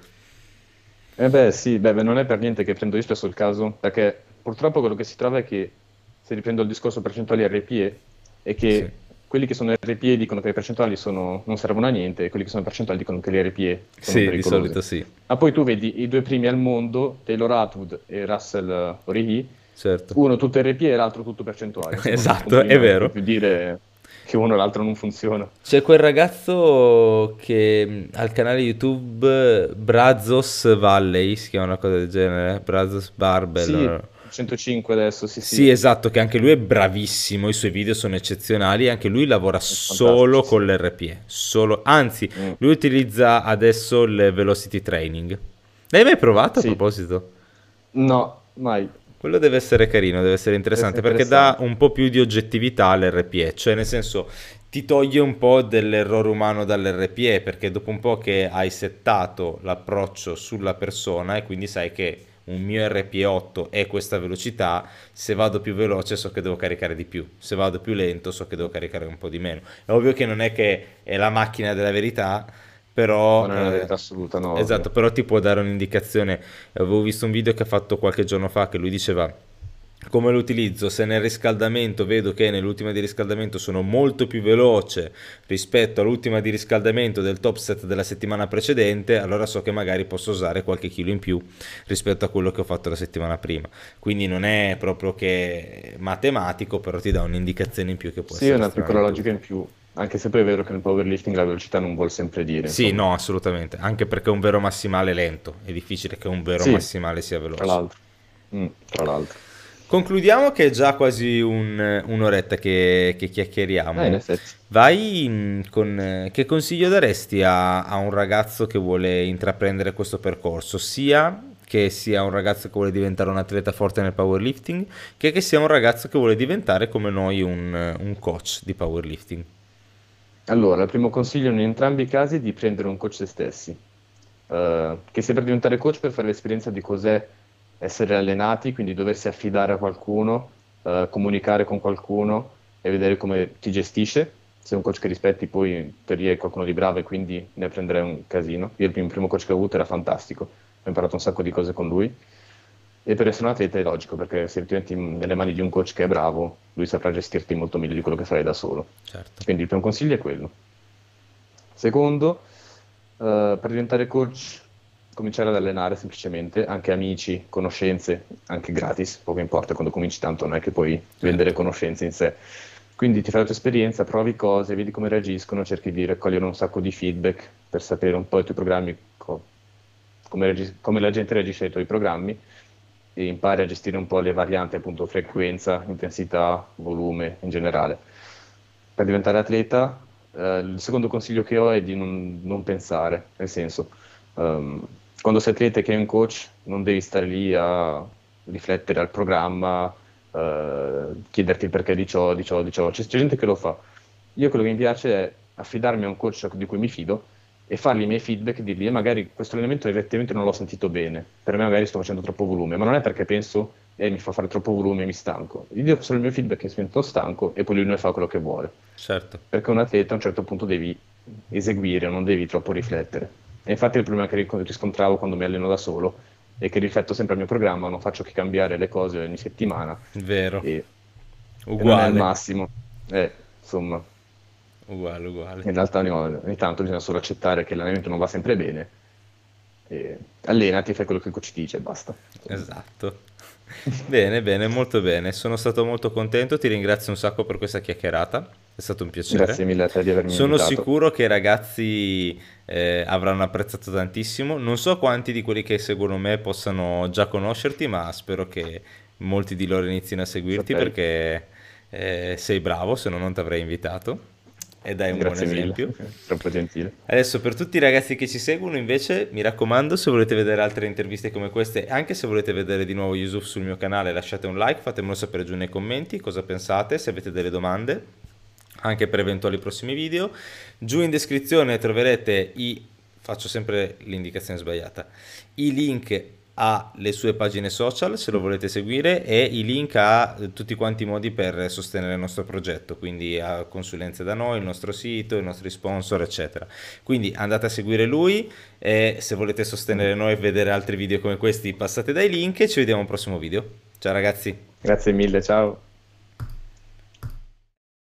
Eh beh, sì, beh, beh, non è per niente che prendo io spesso il caso, perché purtroppo quello che si trova è che, se riprendo il discorso percentuali R P E, è Sì, che quelli che sono R P E dicono che le percentuali sono- non servono a niente, e quelli che sono percentuali dicono che le R P E sono sì, di pericolose. solito sì, Ma poi tu vedi i due primi al mondo, Taylor Atwood e Russell Origi, certo. uno tutto R P E e l'altro tutto percentuali. Insomma, a questo punto Esatto, lì è non puoi vero. più dire che uno o l'altro non funziona. C'è quel ragazzo che mh, al canale YouTube eh, Brazos Valley, si chiama una cosa del genere, Brazos Sì, Barbell. centocinque adesso, sì, Sì, sì, esatto, che anche lui è bravissimo, i suoi video sono eccezionali, anche lui lavora solo fantastici, sì. con l'R P E, solo, anzi, Mm. lui utilizza adesso il velocity training. L'hai mai provato a Sì, proposito? no, mai. Quello deve essere carino, deve essere Deve essere interessante perché dà interessante. un po' più di oggettività all'R P E, cioè nel senso ti toglie un po' dell'errore umano dall'R P E perché dopo un po' che hai settato l'approccio sulla persona e quindi sai che un mio R P E otto è questa velocità, se vado più veloce so che devo caricare di più, se vado più lento so che devo caricare un po' di meno. È ovvio che non è che è la macchina della verità, Ma però... non è una eh, verità assoluta, no, esatto, ovvio. però ti può dare un'indicazione. Avevo visto un video che ha fatto qualche giorno fa che lui diceva come lo utilizzo, se nel riscaldamento vedo che nell'ultima di riscaldamento sono molto più veloce rispetto all'ultima di riscaldamento del top set della settimana precedente, allora so che magari posso usare qualche chilo in più rispetto a quello che ho fatto la settimana prima. Quindi non è proprio che matematico, però ti dà un'indicazione in più che può Sì, è essere una piccola estremamente logica in utile. più, anche se poi è vero che nel powerlifting la velocità non vuol sempre dire, Sì, insomma. no, assolutamente, anche perché un vero massimale è lento, è difficile che un vero Sì, massimale sia tra veloce. l'altro. Mm, tra l'altro. Concludiamo che è già quasi un- un'oretta che, che Eh, in chiacchieriamo. effetti. Vai mh, con... eh, che consiglio daresti a, a un ragazzo che vuole intraprendere questo percorso? Sia che sia un ragazzo che vuole diventare un atleta forte nel powerlifting, che che sia un ragazzo che vuole diventare come noi un, un coach di powerlifting. Allora, il primo consiglio in entrambi i casi è di prendere un coach se stessi. Eh, che sia per diventare coach, per fare l'esperienza di cos'è essere allenati, quindi doversi affidare a qualcuno, eh, comunicare con qualcuno e vedere come ti gestisce. Se è un coach che rispetti, poi in teoria è qualcuno di bravo e quindi ne prenderai un casino. Io il primo, primo coach che ho avuto era fantastico, ho imparato un sacco di cose con lui. E per essere un atleta è logico, perché se ti metti nelle mani di un coach che è bravo, lui saprà gestirti molto meglio di quello che farai da solo. Certo. Quindi il primo consiglio è quello. Secondo, eh, per diventare coach, cominciare ad allenare semplicemente, anche amici, conoscenze, anche gratis, poco importa, quando cominci tanto non è che puoi vendere Certo. conoscenze in sé. Quindi ti fai la tua esperienza, provi cose, vedi come reagiscono, cerchi di raccogliere un sacco di feedback per sapere un po' i tuoi programmi, co- come, reagis- come la gente reagisce ai tuoi programmi e impari a gestire un po' le varianti, appunto frequenza, intensità, volume in generale. Per diventare atleta, eh, il secondo consiglio che ho è di non, non pensare, nel senso, ehm, quando sei atleta e che hai un coach, non devi stare lì a riflettere al programma, eh, chiederti il perché di ciò, di ciò, di ciò. C'è, c'è gente che lo fa. Io quello che mi piace è affidarmi a un coach di cui mi fido e fargli i miei feedback e dirgli, "Eh, magari questo allenamento effettivamente non l'ho sentito bene, per me magari sto facendo troppo volume, ma non è perché penso, eh, mi fa fare troppo volume e mi stanco. Gli do solo il mio feedback che mi sento stanco e poi lui ne fa quello che vuole. Certo. Perché un atleta a un certo punto devi eseguire, non devi troppo riflettere. E infatti il problema che ric- riscontravo quando mi alleno da solo è che rifletto sempre al mio programma, non faccio che cambiare le cose ogni settimana Vero. e, e non è il Uguale. massimo. Eh, insomma, Uguale, uguale. In realtà ogni, ogni tanto bisogna solo accettare che l'allenamento non va sempre bene, e allenati, fai quello che il coach dice e basta. Insomma. Esatto. Bene, bene, molto bene. Sono stato molto contento, ti ringrazio un sacco per questa chiacchierata, è stato un Grazie piacere. mille a te di avermi Sono invitato. sicuro che i ragazzi eh, avranno apprezzato tantissimo. Non so quanti di quelli che seguono me possano già conoscerti, ma spero che molti di loro inizino a seguirti Saprei. perché eh, sei bravo, se no non ti avrei invitato. E dai un buon Grazie mille, esempio. troppo gentile. Adesso per tutti i ragazzi che ci seguono invece mi raccomando, se volete vedere altre interviste come queste, anche se volete vedere di nuovo Yusuf sul mio canale, lasciate un like, fatemelo sapere giù nei commenti cosa pensate, se avete delle domande anche per eventuali prossimi video. Giù in descrizione troverete i, faccio sempre l'indicazione sbagliata, i link alle sue pagine social se lo volete seguire e i link a eh, tutti quanti i modi per sostenere il nostro progetto, quindi a consulenze da noi, il nostro sito, i nostri sponsor, eccetera. Quindi andate a seguire lui e se volete sostenere noi e vedere altri video come questi passate dai link e ci vediamo al prossimo video. Ciao ragazzi! Grazie mille, ciao.